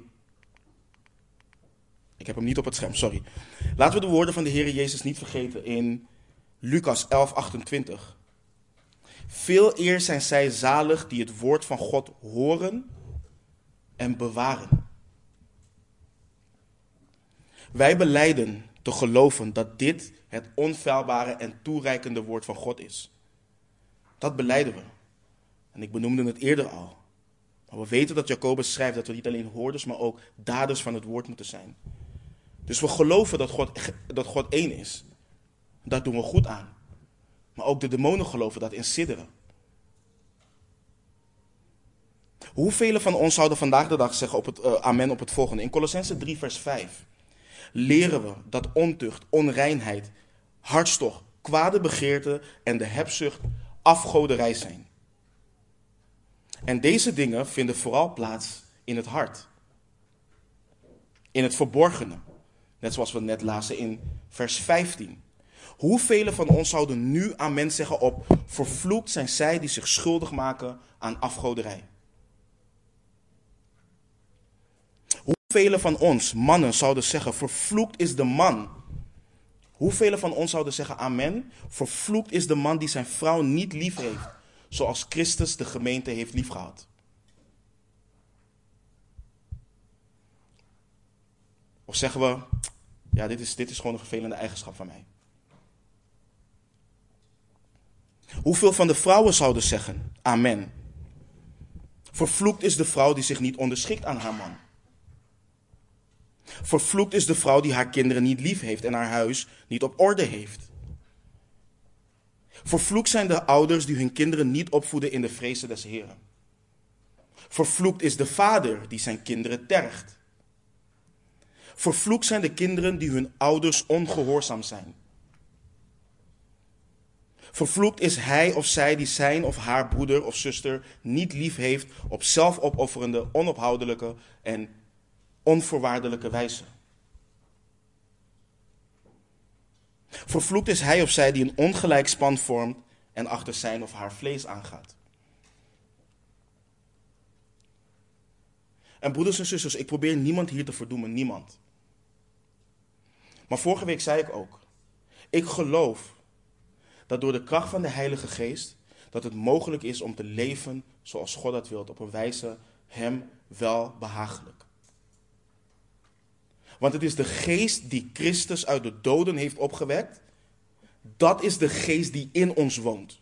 Ik heb hem niet op het scherm, sorry. Laten we de woorden van de Heer Jezus niet vergeten in Lucas 11:28. Veel eer zijn zij zalig die het woord van God horen en bewaren. Wij belijden te geloven dat dit het onfeilbare en toereikende woord van God is. Dat belijden we. En ik benoemde het eerder al. Maar we weten dat Jacobus schrijft dat we niet alleen hoorders, maar ook daders van het woord moeten zijn. Dus we geloven dat God één is. Daar doen we goed aan. Maar ook de demonen geloven dat in sidderen. Hoeveel van ons zouden vandaag de dag zeggen amen op het volgende? In Kolossenzen 3 vers 5 leren we dat ontucht, onreinheid, hartstocht, kwade begeerte en de hebzucht afgoderij zijn. En deze dingen vinden vooral plaats in het hart. In het verborgene. Net zoals we net lazen in vers 15. Hoeveel van ons zouden nu amen zeggen op vervloekt zijn zij die zich schuldig maken aan afgoderij? Hoeveel van ons, mannen, zouden zeggen vervloekt is de man? Hoeveel van ons zouden zeggen amen? Vervloekt is de man die zijn vrouw niet lief heeft, zoals Christus de gemeente heeft liefgehad. Of zeggen we, ja, dit is gewoon een vervelende eigenschap van mij. Hoeveel van de vrouwen zouden zeggen, amen. Vervloekt is de vrouw die zich niet onderschikt aan haar man. Vervloekt is de vrouw die haar kinderen niet lief heeft en haar huis niet op orde heeft. Vervloekt zijn de ouders die hun kinderen niet opvoeden in de vrezen des Heren. Vervloekt is de vader die zijn kinderen tergt. Vervloekt zijn de kinderen die hun ouders ongehoorzaam zijn. Vervloekt is hij of zij die zijn of haar broeder of zuster niet lief heeft op zelfopofferende, onophoudelijke en onvoorwaardelijke wijze. Vervloekt is hij of zij die een ongelijk span vormt en achter zijn of haar vlees aangaat. En broeders en zusters, ik probeer niemand hier te verdoemen, niemand. Maar vorige week zei ik ook, ik geloof dat door de kracht van de Heilige Geest, dat het mogelijk is om te leven zoals God dat wil, op een wijze hem wel behagelijk. Want het is de geest die Christus uit de doden heeft opgewekt. Dat is de geest die in ons woont.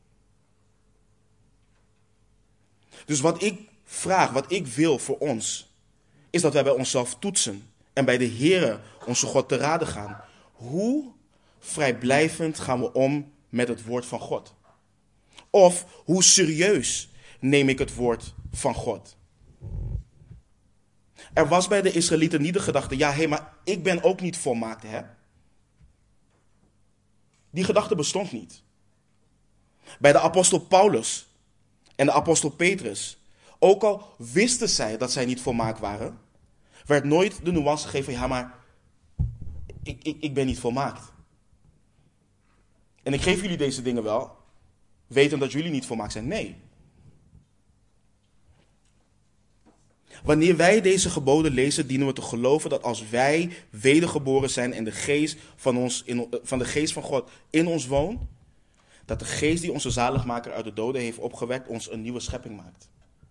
Dus wat ik vraag, wat ik wil voor ons, is dat wij bij onszelf toetsen en bij de Heere, onze God, te raden gaan. Hoe vrijblijvend gaan we om met het woord van God? Of hoe serieus neem ik het woord van God? Er was bij de Israëlieten niet de gedachte, ja, maar ik ben ook niet volmaakt, hè? Die gedachte bestond niet. Bij de apostel Paulus en de apostel Petrus, Ook al wisten zij dat zij niet volmaakt waren, werd nooit de nuance gegeven, ja, maar ik ben niet volmaakt. En ik geef jullie deze dingen wel, weten dat jullie niet volmaakt zijn. Nee. Wanneer wij deze geboden lezen, dienen we te geloven dat als wij wedergeboren zijn en de geest van de geest van God in ons woont, dat de geest die onze zaligmaker uit de doden heeft opgewekt, ons een nieuwe schepping maakt.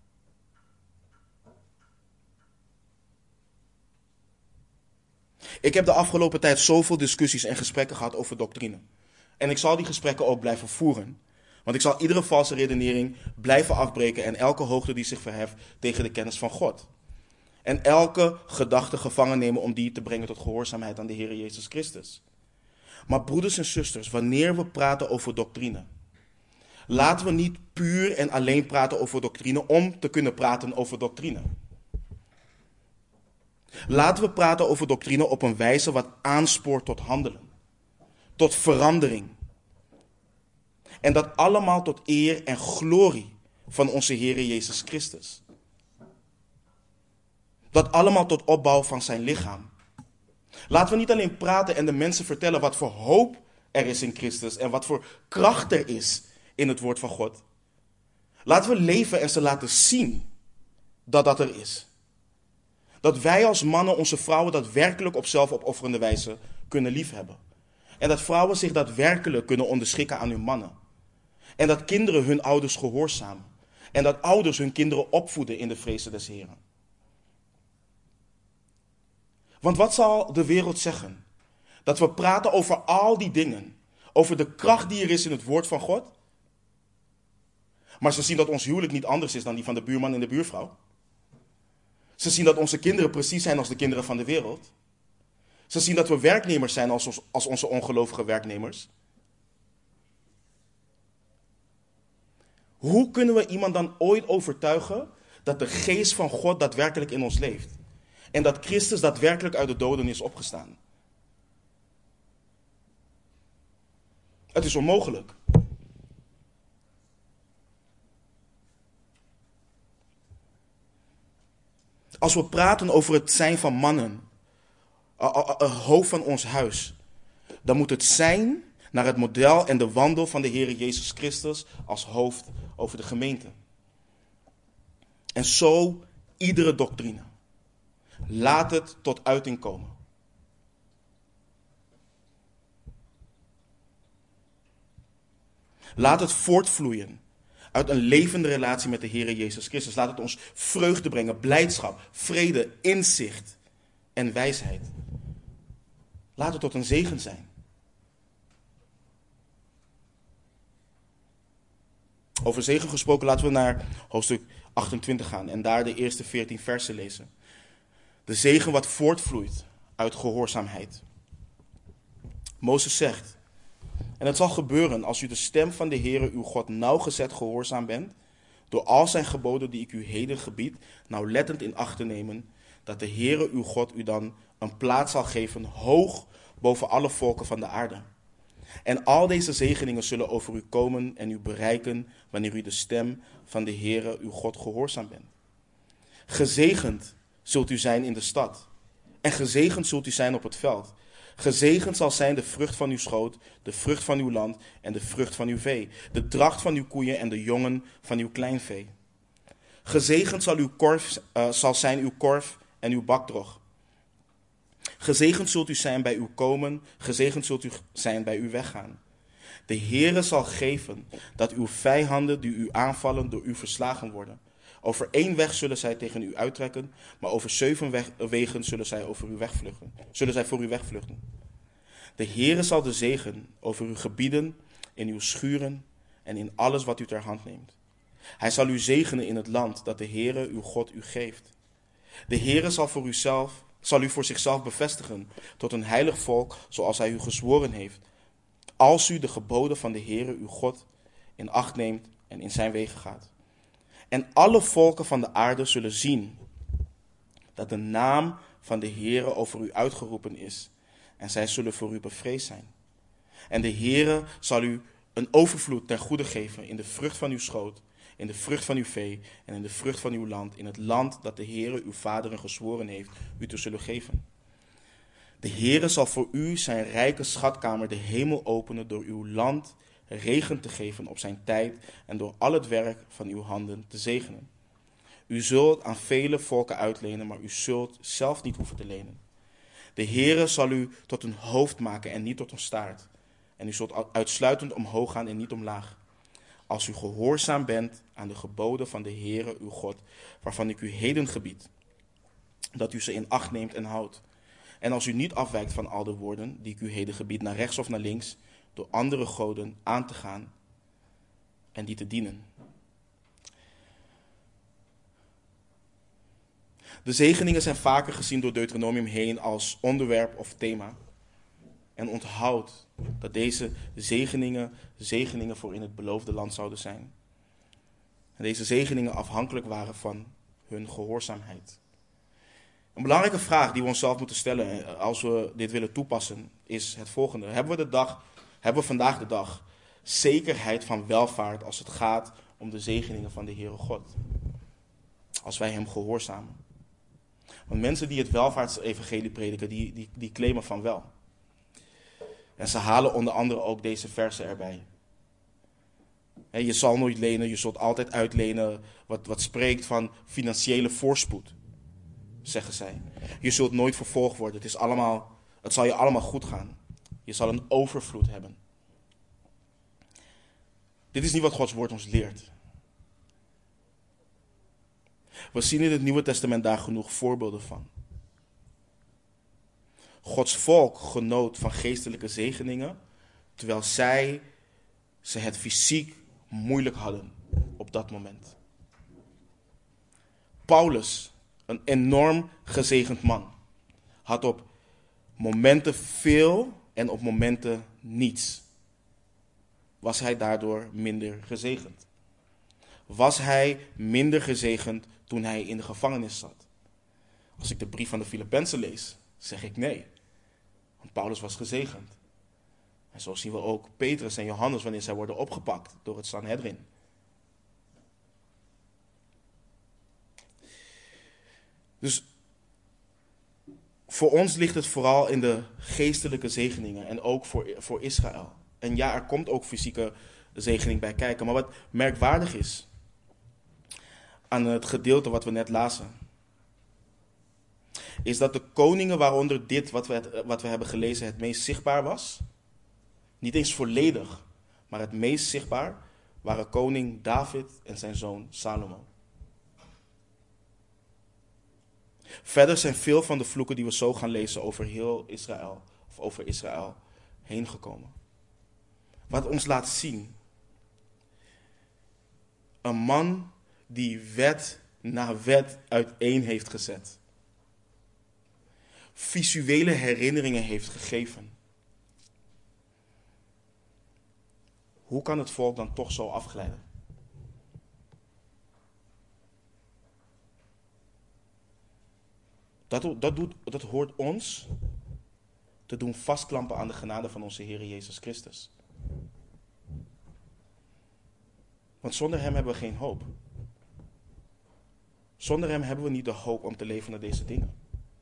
Ik heb de afgelopen tijd zoveel discussies en gesprekken gehad over doctrine. En ik zal die gesprekken ook blijven voeren. Want ik zal iedere valse redenering blijven afbreken en elke hoogte die zich verheft tegen de kennis van God. En elke gedachte gevangen nemen om die te brengen tot gehoorzaamheid aan de Heer Jezus Christus. Maar broeders en zusters, wanneer we praten over doctrine, laten we niet puur en alleen praten over doctrine om te kunnen praten over doctrine. Laten we praten over doctrine op een wijze wat aanspoort tot handelen, tot verandering. En dat allemaal tot eer en glorie van onze Heer Jezus Christus. Dat allemaal tot opbouw van zijn lichaam. Laten we niet alleen praten en de mensen vertellen wat voor hoop er is in Christus en wat voor kracht er is in het woord van God. Laten we leven en ze laten zien dat dat er is. Dat wij als mannen onze vrouwen daadwerkelijk op zelfopofferende wijze kunnen liefhebben. En dat vrouwen zich daadwerkelijk kunnen onderschikken aan hun mannen. En dat kinderen hun ouders gehoorzamen. En dat ouders hun kinderen opvoeden in de vrezen des Heren. Want wat zal de wereld zeggen? Dat we praten over al die dingen. Over de kracht die er is in het woord van God. Maar ze zien dat ons huwelijk niet anders is dan die van de buurman en de buurvrouw. Ze zien dat onze kinderen precies zijn als de kinderen van de wereld. Ze zien dat we werknemers zijn als onze ongelovige werknemers. Hoe kunnen we iemand dan ooit overtuigen dat de geest van God daadwerkelijk in ons leeft? En dat Christus daadwerkelijk uit de doden is opgestaan? Het is onmogelijk. Als we praten over het zijn van mannen, het hoofd van ons huis, dan moet het zijn naar het model en de wandel van de Heer Jezus Christus als hoofd over de gemeente. En zo iedere doctrine. Laat het tot uiting komen. Laat het voortvloeien uit een levende relatie met de Heer Jezus Christus. Laat het ons vreugde brengen, blijdschap, vrede, inzicht en wijsheid. Laat het tot een zegen zijn. Over zegen gesproken, laten we naar hoofdstuk 28 gaan en daar de eerste 14 versen lezen. De zegen wat voortvloeit uit gehoorzaamheid. Mozes zegt: en het zal gebeuren als u de stem van de Heere uw God nauwgezet gehoorzaam bent, door al zijn geboden die ik u heden gebied, nauwlettend in acht te nemen, dat de Heere uw God u dan een plaats zal geven hoog boven alle volken van de aarde. En al deze zegeningen zullen over u komen en u bereiken wanneer u de stem van de Heere uw God gehoorzaam bent. Gezegend zult u zijn in de stad en gezegend zult u zijn op het veld. Gezegend zal zijn de vrucht van uw schoot, de vrucht van uw land en de vrucht van uw vee, de dracht van uw koeien en de jongen van uw kleinvee. Gezegend zal zijn uw korf en uw bakdrog. Gezegend zult u zijn bij uw komen, gezegend zult u zijn bij uw weggaan. De Heere zal geven dat uw vijanden die u aanvallen door u verslagen worden. Over 1 weg zullen zij tegen u uittrekken, maar over 7 wegen zullen zij voor u wegvluchten. De Heere zal de zegen over uw gebieden, in uw schuren en in alles wat u ter hand neemt. Hij zal u zegenen in het land dat de Heere uw God u geeft. De Heere zal u voor zichzelf bevestigen tot een heilig volk, zoals hij u gezworen heeft, als u de geboden van de Heere uw God in acht neemt en in zijn wegen gaat. En alle volken van de aarde zullen zien dat de naam van de Heere over u uitgeroepen is. En zij zullen voor u bevreesd zijn. En de Heere zal u een overvloed ten goede geven in de vrucht van uw schoot, in de vrucht van uw vee en in de vrucht van uw land, in het land dat de Heere uw vaderen gezworen heeft u te zullen geven. De Heere zal voor u zijn rijke schatkamer de hemel openen door uw land regen te geven op zijn tijd en door al het werk van uw handen te zegenen. U zult aan vele volken uitlenen, maar u zult zelf niet hoeven te lenen. De Heere zal u tot een hoofd maken en niet tot een staart. En u zult uitsluitend omhoog gaan en niet omlaag. Als u gehoorzaam bent aan de geboden van de Heere uw God, waarvan ik u heden gebied, dat u ze in acht neemt en houdt. En als u niet afwijkt van al de woorden die ik u heden gebied, naar rechts of naar links, door andere goden aan te gaan en die te dienen. De zegeningen zijn vaker gezien door Deuteronomium heen als onderwerp of thema. En onthoud dat deze zegeningen voor in het beloofde land zouden zijn. En deze zegeningen afhankelijk waren van hun gehoorzaamheid. Een belangrijke vraag die we onszelf moeten stellen als we dit willen toepassen is het volgende. Hebben we vandaag de dag zekerheid van welvaart als het gaat om de zegeningen van de Heere God? Als wij hem gehoorzamen. Want mensen die het welvaartsevangelie prediken, die claimen van wel. En ze halen onder andere ook deze versen erbij. Je zal nooit lenen, je zult altijd uitlenen, wat spreekt van financiële voorspoed, zeggen zij. Je zult nooit vervolgd worden, het zal je allemaal goed gaan. Je zal een overvloed hebben. Dit is niet wat Gods woord ons leert. We zien in het Nieuwe Testament daar genoeg voorbeelden van. Gods volk genoot van geestelijke zegeningen, terwijl ze het fysiek moeilijk hadden op dat moment. Paulus, een enorm gezegend man, had op momenten veel en op momenten niets. Was hij daardoor minder gezegend? Was hij minder gezegend toen hij in de gevangenis zat? Als ik de brief van de Filippenzen lees, zeg ik nee. Want Paulus was gezegend. En zo zien we ook Petrus en Johannes wanneer zij worden opgepakt door het Sanhedrin. Dus voor ons ligt het vooral in de geestelijke zegeningen en ook voor Israël. En ja, er komt ook fysieke zegening bij kijken. Maar wat merkwaardig is aan het gedeelte wat we net lazen, is dat de koningen waaronder dit wat we hebben gelezen het meest zichtbaar was, niet eens volledig, maar het meest zichtbaar, waren koning David en zijn zoon Salomo. Verder zijn veel van de vloeken die we zo gaan lezen over heel Israël, of over Israël, heen gekomen. Wat ons laat zien, een man die wet na wet uiteen heeft gezet. Visuele herinneringen heeft gegeven. Hoe kan het volk dan toch zo afglijden? Dat hoort ons te doen vastklampen aan de genade van onze Heer Jezus Christus. Want zonder hem hebben we geen hoop. Zonder hem hebben we niet de hoop om te leven naar deze dingen.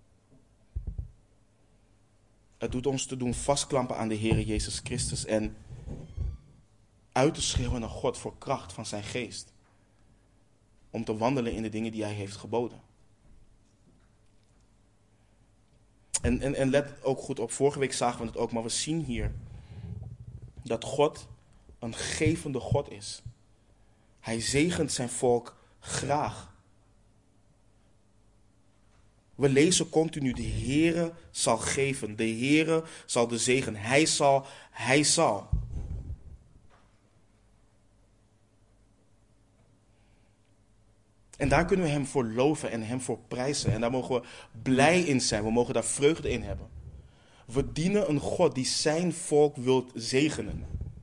Het doet ons te doen vastklampen aan de Heer Jezus Christus en uit te schreeuwen naar God voor kracht van zijn geest. Om te wandelen in de dingen die hij heeft geboden. En let ook goed op, vorige week zagen we het ook, maar we zien hier dat God een gevende God is. Hij zegent zijn volk graag. We lezen continu, de Heere zal geven, de Heere zal de zegen, hij zal. En daar kunnen we hem voor loven en hem voor prijzen. En daar mogen we blij in zijn, we mogen daar vreugde in hebben. We dienen een God die zijn volk wilt zegenen.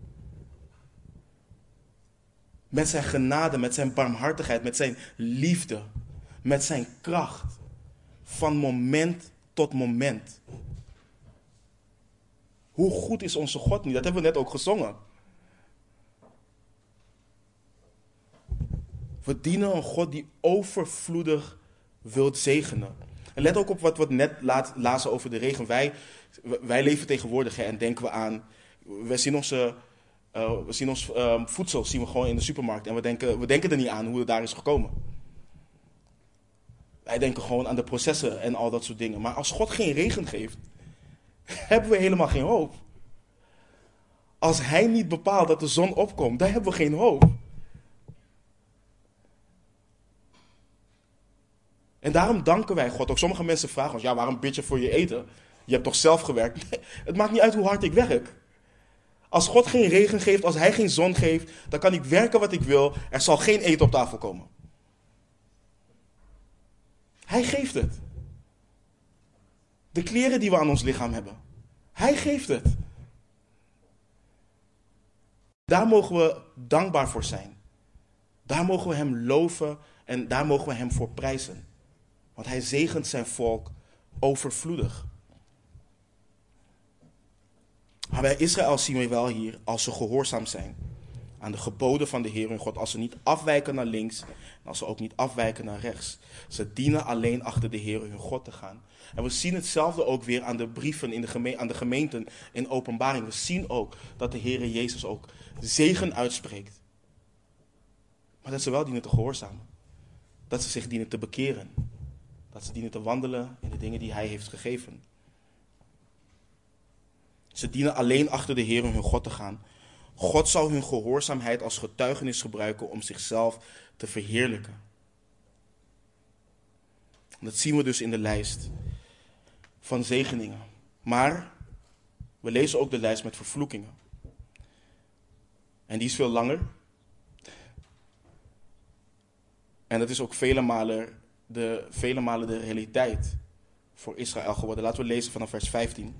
Met zijn genade, met zijn barmhartigheid, met zijn liefde, met zijn kracht. Van moment tot moment. Hoe goed is onze God niet? Dat hebben we net ook gezongen. We dienen een God die overvloedig wilt zegenen. En let ook op wat we net lazen over de regen. Wij leven tegenwoordig en denken we aan... We zien ons voedsel zien we gewoon in de supermarkt. En we denken er niet aan hoe het daar is gekomen. Wij denken gewoon aan de processen en al dat soort dingen. Maar als God geen regen geeft, hebben we helemaal geen hoop. Als hij niet bepaalt dat de zon opkomt, dan hebben we geen hoop. En daarom danken wij God. Ook sommige mensen vragen ons, ja, waarom bid je voor je eten? Je hebt toch zelf gewerkt? Nee, het maakt niet uit hoe hard ik werk. Als God geen regen geeft, als hij geen zon geeft, dan kan ik werken wat ik wil. Er zal geen eten op tafel komen. Hij geeft het. De kleren die we aan ons lichaam hebben. Hij geeft het. Daar mogen we dankbaar voor zijn. Daar mogen we hem loven en daar mogen we hem voor prijzen. Want hij zegent zijn volk overvloedig. Maar bij Israël zien we wel hier, als ze gehoorzaam zijn aan de geboden van de Heer hun God, als ze niet afwijken naar links en als ze ook niet afwijken naar rechts. Ze dienen alleen achter de Heer hun God te gaan. En we zien hetzelfde ook weer aan de brieven aan de gemeenten in Openbaring. We zien ook dat de Heer Jezus ook zegen uitspreekt. Maar dat ze wel dienen te gehoorzamen. Dat ze zich dienen te bekeren. Dat ze dienen te wandelen in de dingen die hij heeft gegeven. Ze dienen alleen achter de Heer hun God te gaan. God zal hun gehoorzaamheid als getuigenis gebruiken om zichzelf te verheerlijken. Dat zien we dus in de lijst van zegeningen. Maar we lezen ook de lijst met vervloekingen. En die is veel langer. En dat is ook vele malen de realiteit voor Israël geworden. Laten we lezen vanaf vers 15.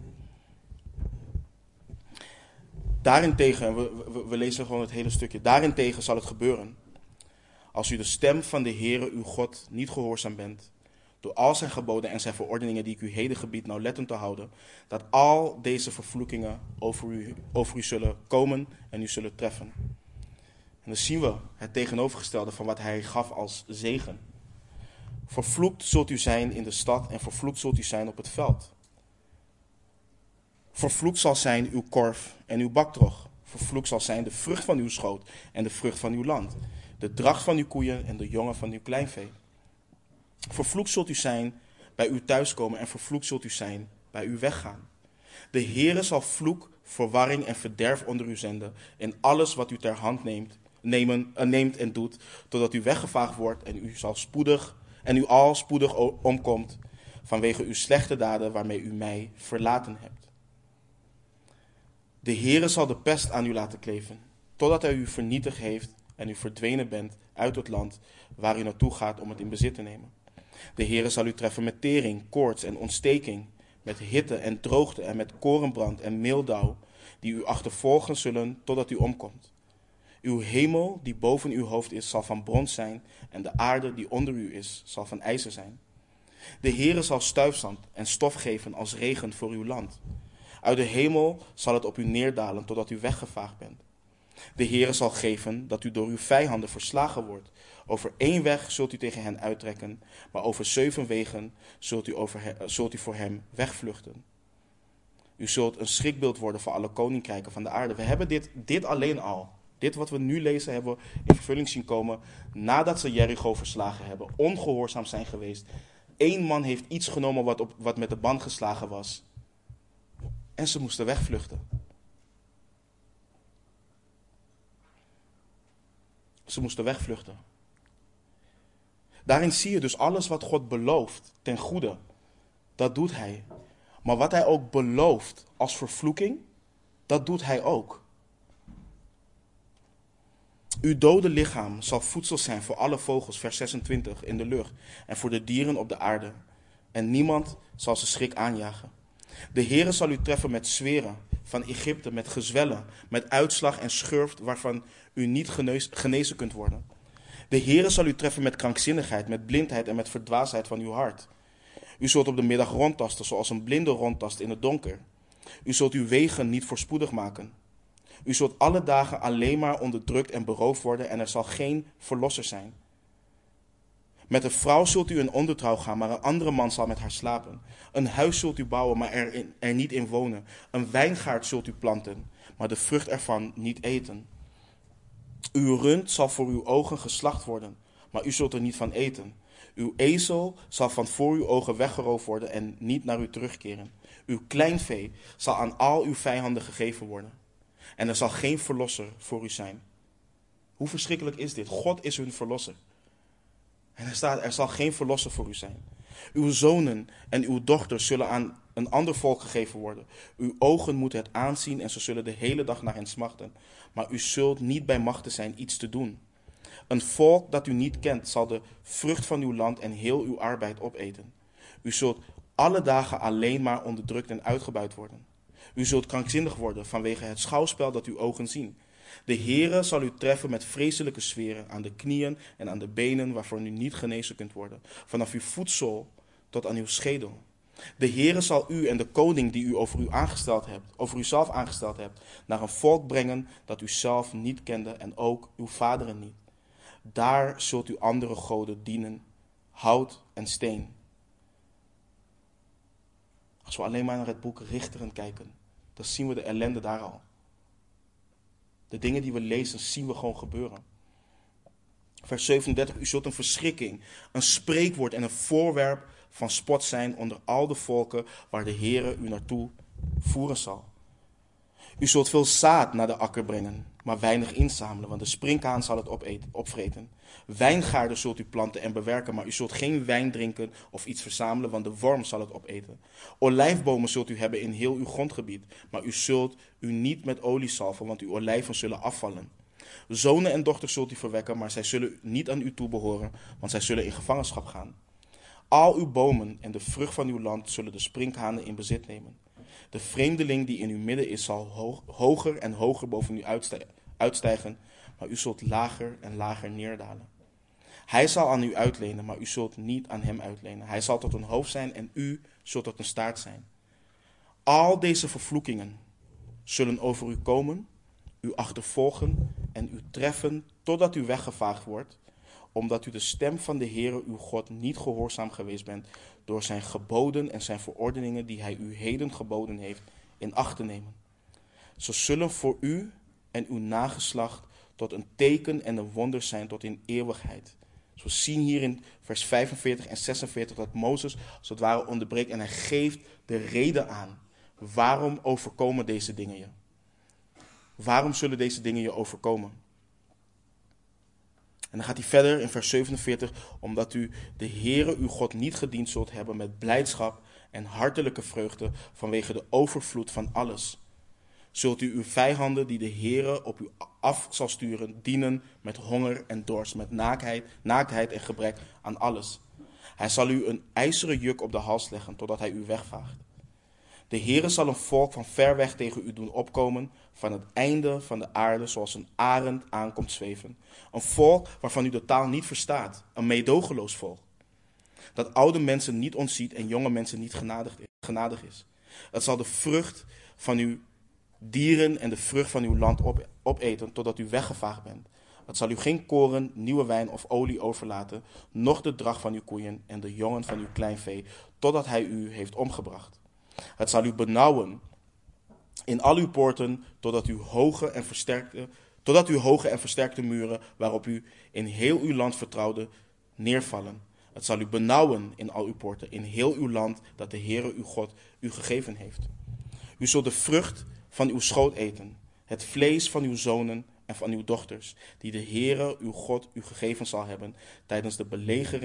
Daarentegen, we lezen gewoon het hele stukje. Daarentegen zal het gebeuren, als u de stem van de Heere uw God niet gehoorzaam bent, door al zijn geboden en zijn verordeningen die ik u heden gebied nauwlettend te houden, dat al deze vervloekingen over u zullen komen en u zullen treffen. En dan zien we het tegenovergestelde van wat hij gaf als zegen. Vervloekt zult u zijn in de stad en vervloekt zult u zijn op het veld. Vervloekt zal zijn uw korf en uw baktrog. Vervloekt zal zijn de vrucht van uw schoot en de vrucht van uw land. De dracht van uw koeien en de jongen van uw kleinvee. Vervloekt zult u zijn bij uw thuiskomen en vervloekt zult u zijn bij uw weggaan. De Heere zal vloek, verwarring en verderf onder u zenden in alles wat u ter hand neemt en doet, totdat u weggevaagd wordt en u al spoedig omkomt vanwege uw slechte daden waarmee u mij verlaten hebt. De Heere zal de pest aan u laten kleven, totdat hij u vernietigd heeft en u verdwenen bent uit het land waar u naartoe gaat om het in bezit te nemen. De Heere zal u treffen met tering, koorts en ontsteking, met hitte en droogte en met korenbrand en meeldauw, die u achtervolgen zullen totdat u omkomt. Uw hemel die boven uw hoofd is, zal van brons zijn en de aarde die onder u is, zal van ijzer zijn. De Heere zal stuifzand en stof geven als regen voor uw land. Uit de hemel zal het op u neerdalen totdat u weggevaagd bent. De Heere zal geven dat u door uw vijanden verslagen wordt. Over 1 weg zult u tegen hen uittrekken, maar over 7 wegen zult u voor hem wegvluchten. U zult een schrikbeeld worden voor alle koninkrijken van de aarde. We hebben dit alleen al. Dit wat we nu lezen hebben we in vervulling zien komen nadat ze Jericho verslagen hebben. Ongehoorzaam zijn geweest. 1 man heeft iets genomen wat met de band geslagen was. En ze moesten wegvluchten. Ze moesten wegvluchten. Daarin zie je dus alles wat God belooft ten goede. Dat doet hij. Maar wat hij ook belooft als vervloeking, dat doet hij ook. Uw dode lichaam zal voedsel zijn voor alle vogels, vers 26, in de lucht en voor de dieren op de aarde. En niemand zal ze schrik aanjagen. De Heere zal u treffen met zweren van Egypte, met gezwellen, met uitslag en schurft waarvan u niet genezen kunt worden. De Heere zal u treffen met krankzinnigheid, met blindheid en met verdwaasheid van uw hart. U zult op de middag rondtasten zoals een blinde rondtast in het donker. U zult uw wegen niet voorspoedig maken. U zult alle dagen alleen maar onderdrukt en beroofd worden en er zal geen verlosser zijn. Met een vrouw zult u in ondertrouw gaan, maar een andere man zal met haar slapen. Een huis zult u bouwen, maar er niet in wonen. Een wijngaard zult u planten, maar de vrucht ervan niet eten. Uw rund zal voor uw ogen geslacht worden, maar u zult er niet van eten. Uw ezel zal van voor uw ogen weggeroofd worden en niet naar u terugkeren. Uw kleinvee zal aan al uw vijanden gegeven worden. En er zal geen verlosser voor u zijn. Hoe verschrikkelijk is dit? God is hun verlosser. En er staat, er zal geen verlosser voor u zijn. Uw zonen en uw dochters zullen aan een ander volk gegeven worden. Uw ogen moeten het aanzien en ze zullen de hele dag naar hen smachten. Maar u zult niet bij machten zijn iets te doen. Een volk dat u niet kent zal de vrucht van uw land en heel uw arbeid opeten. U zult alle dagen alleen maar onderdrukt en uitgebuit worden. U zult krankzinnig worden vanwege het schouwspel dat uw ogen zien. De Heere zal u treffen met vreselijke zweren aan de knieën en aan de benen waarvan u niet genezen kunt worden. Vanaf uw voetzool tot aan uw schedel. De Heere zal u en de koning die u over uzelf aangesteld hebt, naar een volk brengen dat u zelf niet kende en ook uw vaderen niet. Daar zult u andere goden dienen, hout en steen. Als we alleen maar naar het boek Richteren kijken, dan zien we de ellende daar al. De dingen die we lezen, zien we gewoon gebeuren. Vers 37, u zult een verschrikking, een spreekwoord en een voorwerp van spot zijn onder al de volken waar de Heere u naartoe voeren zal. U zult veel zaad naar de akker brengen, maar weinig inzamelen, want de sprinkhaan zal het opvreten. Wijngaarden zult u planten en bewerken, maar u zult geen wijn drinken of iets verzamelen, want de worm zal het opeten. Olijfbomen zult u hebben in heel uw grondgebied, maar u zult u niet met olie salven, want uw olijven zullen afvallen. Zonen en dochters zult u verwekken, maar zij zullen niet aan u toebehoren, want zij zullen in gevangenschap gaan. Al uw bomen en de vrucht van uw land zullen de sprinkhanen in bezit nemen. De vreemdeling die in uw midden is, zal hoger en hoger boven u uitstijgen, maar u zult lager en lager neerdalen. Hij zal aan u uitlenen, maar u zult niet aan hem uitlenen. Hij zal tot een hoofd zijn en u zult tot een staart zijn. Al deze vervloekingen zullen over u komen, u achtervolgen en u treffen totdat u weggevaagd wordt, omdat u de stem van de Heere uw God niet gehoorzaam geweest bent door zijn geboden en zijn verordeningen die hij u heden geboden heeft in acht te nemen. Ze zullen voor u en uw nageslacht tot een teken en een wonder zijn tot in eeuwigheid. Dus we zien hier in vers 45 en 46 dat Mozes als het ware onderbreekt en hij geeft de reden aan. Waarom overkomen deze dingen je? Waarom zullen deze dingen je overkomen? En dan gaat hij verder in vers 47, omdat u de Heere uw God niet gediend zult hebben met blijdschap en hartelijke vreugde vanwege de overvloed van alles. Zult u uw vijanden die de Heere op u af zal sturen, dienen met honger en dorst, met naaktheid en gebrek aan alles. Hij zal u een ijzeren juk op de hals leggen, totdat hij u wegvaagt. De Heere zal een volk van ver weg tegen u doen opkomen, van het einde van de aarde, zoals een arend aankomt zweven. Een volk waarvan u de taal niet verstaat, een meedogenloos volk. Dat oude mensen niet ontziet en jonge mensen niet genadig is. Het zal de vrucht van uw dieren en de vrucht van uw land opeten, totdat u weggevaagd bent. Het zal u geen koren, nieuwe wijn of olie overlaten, noch de drag van uw koeien en de jongen van uw kleinvee, totdat hij u heeft omgebracht. Het zal u benauwen in al uw poorten, totdat uw hoge en versterkte muren, waarop u in heel uw land vertrouwde, neervallen. Het zal u benauwen in al uw poorten, in heel uw land dat de Heere uw God u gegeven heeft. U zult de vrucht van uw schoot eten, het vlees van uw zonen en van uw dochters, die de Heere uw God u gegeven zal hebben tijdens de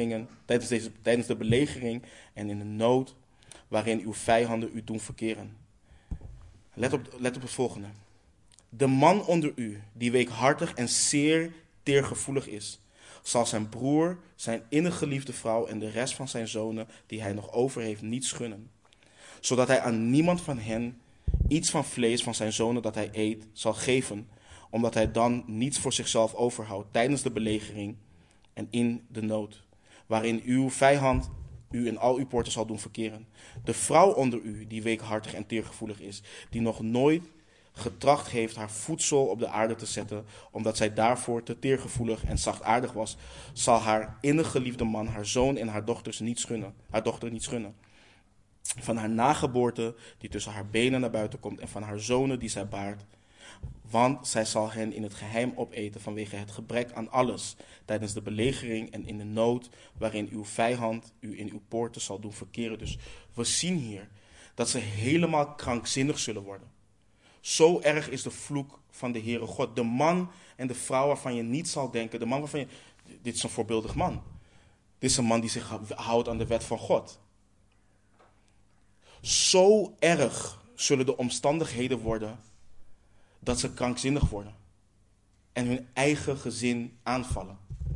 belegering en in de nood waarin uw vijanden u doen verkeren. Let op het volgende. De man onder u, die weekhartig en zeer teergevoelig is, zal zijn broer, zijn innig geliefde vrouw en de rest van zijn zonen, die hij nog over heeft, niet schunnen. Zodat hij aan niemand van hen iets van vlees van zijn zonen dat hij eet, zal geven, omdat hij dan niets voor zichzelf overhoudt tijdens de belegering en in de nood, waarin uw vijand u in al uw poorten zal doen verkeren. De vrouw onder u, die weekhartig en teergevoelig is, die nog nooit getracht heeft haar voedsel op de aarde te zetten, omdat zij daarvoor te teergevoelig en zachtaardig was, zal haar innig geliefde man haar zoon en haar dochter niet schunnen. Van haar nageboorte, die tussen haar benen naar buiten komt, en van haar zonen die zij baart. Want zij zal hen in het geheim opeten vanwege het gebrek aan alles, tijdens de belegering en in de nood, waarin uw vijand u in uw poorten zal doen verkeren. Dus we zien hier dat ze helemaal krankzinnig zullen worden. Zo erg is de vloek van de Heere God. De man en de vrouw waarvan je niet zal denken, de man waarvan je, dit is een voorbeeldig man. Dit is een man die zich houdt aan de wet van God. Zo erg zullen de omstandigheden worden dat ze krankzinnig worden en hun eigen gezin aanvallen.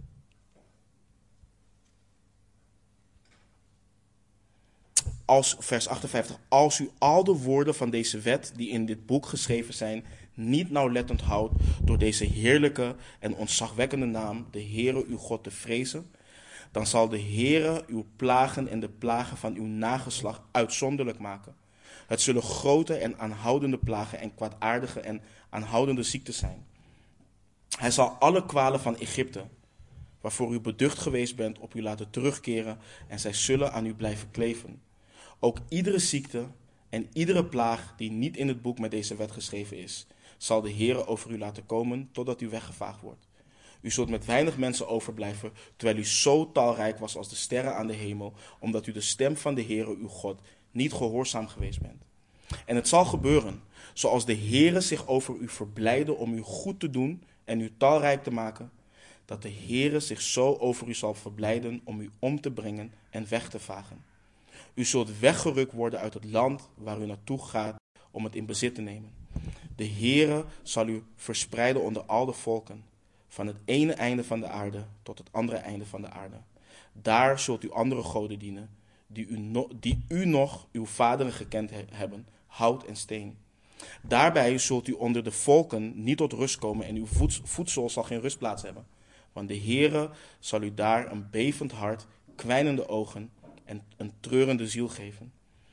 Vers 58, als u al de woorden van deze wet die in dit boek geschreven zijn, niet nauwlettend houdt door deze heerlijke en ontzagwekkende naam, de Heere uw God, te vrezen, dan zal de Heere uw plagen en de plagen van uw nageslacht uitzonderlijk maken. Het zullen grote en aanhoudende plagen en kwaadaardige en aanhoudende ziekten zijn. Hij zal alle kwalen van Egypte, waarvoor u beducht geweest bent, op u laten terugkeren en zij zullen aan u blijven kleven. Ook iedere ziekte en iedere plaag die niet in het boek met deze wet geschreven is, zal de Heere over u laten komen totdat u weggevaagd wordt. U zult met weinig mensen overblijven, terwijl u zo talrijk was als de sterren aan de hemel, omdat u de stem van de Heere uw God niet gehoorzaam geweest bent. En het zal gebeuren, zoals de Heere zich over u verblijde om u goed te doen en u talrijk te maken, dat de Heere zich zo over u zal verblijden om u om te brengen en weg te vagen. U zult weggerukt worden uit het land waar u naartoe gaat om het in bezit te nemen. De Heere zal u verspreiden onder al de volken, van het ene einde van de aarde tot het andere einde van de aarde. Daar zult u andere goden dienen, die u nog uw vaderen gekend hebben, hout en steen. Daarbij zult u onder de volken niet tot rust komen en uw voedsel zal geen rustplaats hebben. Want de Heere zal u daar een bevend hart, kwijnende ogen en een treurende ziel geven.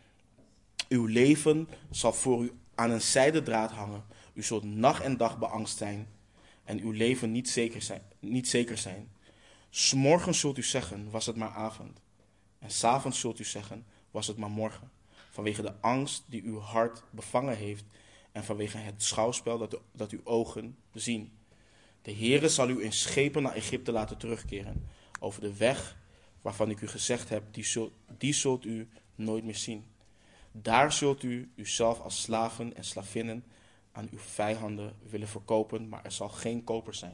Uw leven zal voor u aan een zijden draad hangen. U zult nacht en dag beangst zijn en uw leven niet zeker zijn. 'S Morgens zult u zeggen, was het maar avond. En 's avonds zult u zeggen, was het maar morgen. Vanwege de angst die uw hart bevangen heeft en vanwege het schouwspel dat uw ogen zien. De Heere zal u in schepen naar Egypte laten terugkeren. Over de weg waarvan ik u gezegd heb, die zult u nooit meer zien. Daar zult u uzelf als slaven en slavinnen aan uw vijanden willen verkopen, maar er zal geen koper zijn.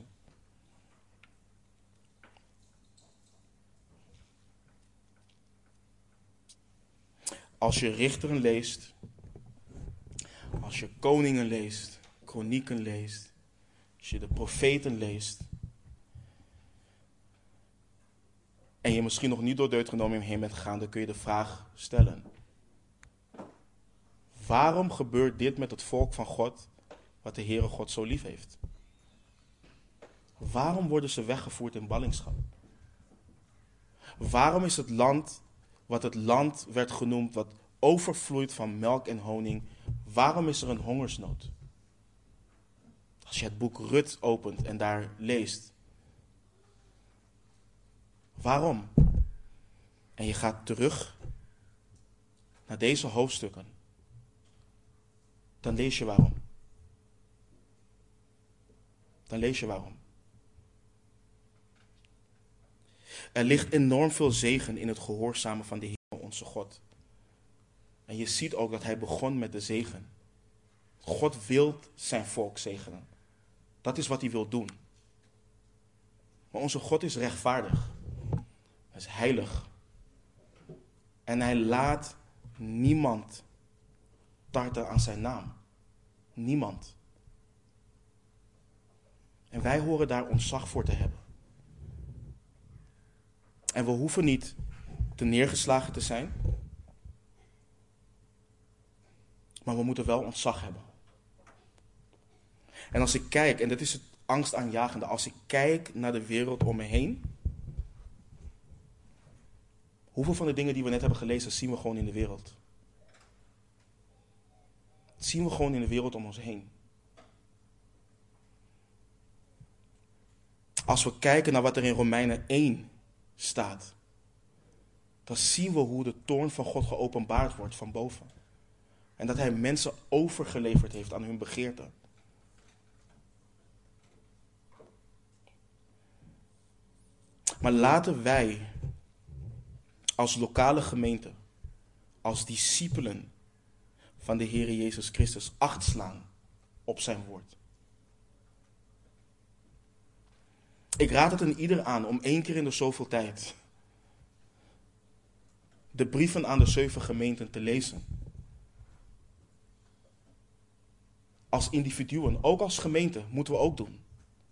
Als je richteren leest, als je koningen leest, kronieken leest, als je de profeten leest, en je misschien nog niet door Deuteronomium heen bent gegaan, dan kun je de vraag stellen: waarom gebeurt dit met het volk van God, wat de Heere God zo lief heeft? Waarom worden ze weggevoerd in ballingschap? Waarom is het land, wat het land werd genoemd, wat overvloeit van melk en honing, waarom is er een hongersnood? Als je het boek Rut opent en daar leest, waarom? En je gaat terug naar deze hoofdstukken, dan lees je waarom. Dan lees je waarom. Er ligt enorm veel zegen in het gehoorzamen van de Heer onze God. En je ziet ook dat hij begon met de zegen. God wil zijn volk zegenen. Dat is wat hij wil doen. Maar onze God is rechtvaardig. Hij is heilig. En hij laat niemand tarten aan zijn naam. Niemand. En wij horen daar ontzag voor te hebben. En we hoeven niet te neergeslagen te zijn. Maar we moeten wel ontzag hebben. En als ik kijk, en dat is het angstaanjagende, als ik kijk naar de wereld om me heen, hoeveel van de dingen die we net hebben gelezen, zien we gewoon in de wereld? Dat zien we gewoon in de wereld om ons heen. Als we kijken naar wat er in Romeinen 1 staat, dan zien we hoe de toorn van God geopenbaard wordt van boven. En dat hij mensen overgeleverd heeft aan hun begeerten. Maar laten wij als lokale gemeente, als discipelen van de Heer Jezus Christus, acht slaan op zijn woord. Ik raad het aan ieder aan om 1 keer in de zoveel tijd de brieven aan de 7 gemeenten te lezen. Als individuen, ook als gemeente, moeten we ook doen.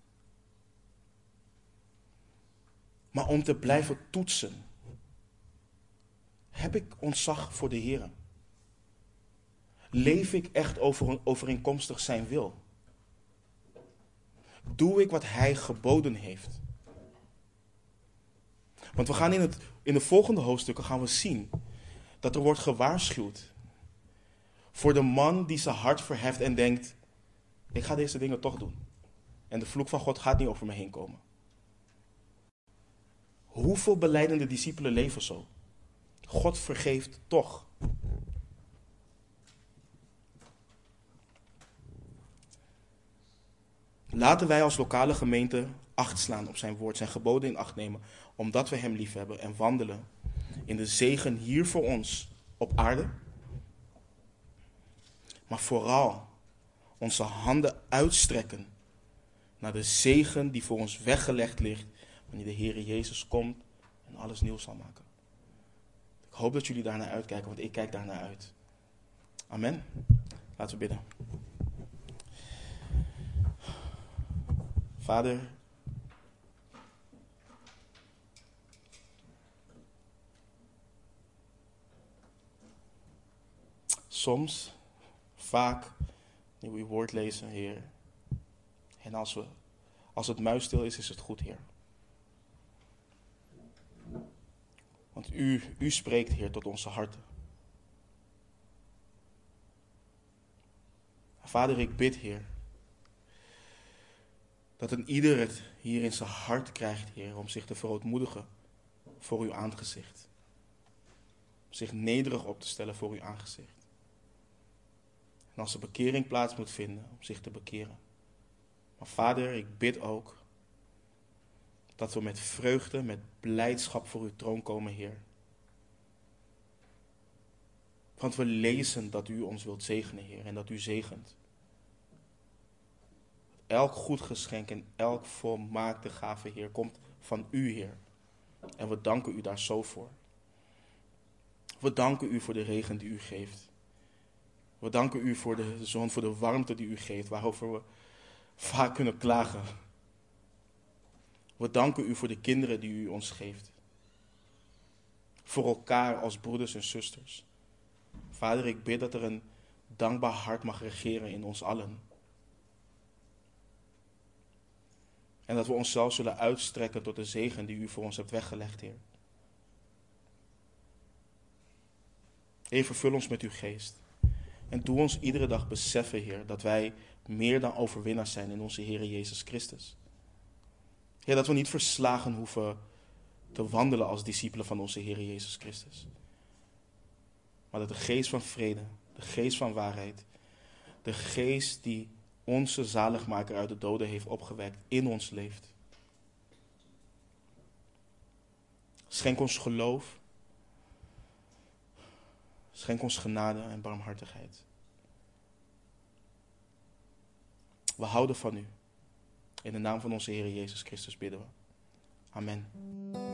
Maar om te blijven toetsen, heb ik ontzag voor de Heer? Leef ik echt overeenkomstig zijn wil? Doe ik wat hij geboden heeft? Want we gaan in de volgende hoofdstukken gaan we zien dat er wordt gewaarschuwd voor de man die zijn hart verheft en denkt, ik ga deze dingen toch doen. En de vloek van God gaat niet over me heen komen. Hoeveel belijdende discipelen leven zo? God vergeeft toch. Laten wij als lokale gemeente acht slaan op zijn woord, zijn geboden in acht nemen, omdat we hem liefhebben en wandelen in de zegen hier voor ons op aarde. Maar vooral onze handen uitstrekken naar de zegen die voor ons weggelegd ligt wanneer de Heer Jezus komt en alles nieuw zal maken. Ik hoop dat jullie daarnaar uitkijken, want ik kijk daarnaar uit. Amen. Laten we bidden. Vader, soms, vaak, nu we uw woord lezen, Heer. En als het muisstil is, is het goed, Heer. Want u spreekt, Heer, tot onze harten. Vader, ik bid, Heer, dat een ieder het hier in zijn hart krijgt, Heer, om zich te verootmoedigen voor uw aangezicht. Om zich nederig op te stellen voor uw aangezicht. En als er bekering plaats moet vinden, om zich te bekeren. Maar Vader, ik bid ook dat we met vreugde, met blijdschap voor uw troon komen, Heer. Want we lezen dat u ons wilt zegenen, Heer, en dat u zegent. Elk goed geschenk en elk volmaakte gave, Heer, komt van u, Heer. En we danken u daar zo voor. We danken u voor de regen die u geeft. We danken u voor de zon, voor de warmte die u geeft, waarover we vaak kunnen klagen. We danken u voor de kinderen die u ons geeft. Voor elkaar als broeders en zusters. Vader, ik bid dat er een dankbaar hart mag regeren in ons allen. En dat we onszelf zullen uitstrekken tot de zegen die u voor ons hebt weggelegd, Heer. Heer, vervul ons met uw geest. En doe ons iedere dag beseffen, Heer, dat wij meer dan overwinnaars zijn in onze Heer Jezus Christus. Heer, dat we niet verslagen hoeven te wandelen als discipelen van onze Heer Jezus Christus. Maar dat de geest van vrede, de geest van waarheid, de geest die onze zaligmaker uit de doden heeft opgewekt, in ons leeft. Schenk ons geloof. Schenk ons genade en barmhartigheid. We houden van u. In de naam van onze Heer Jezus Christus bidden we. Amen.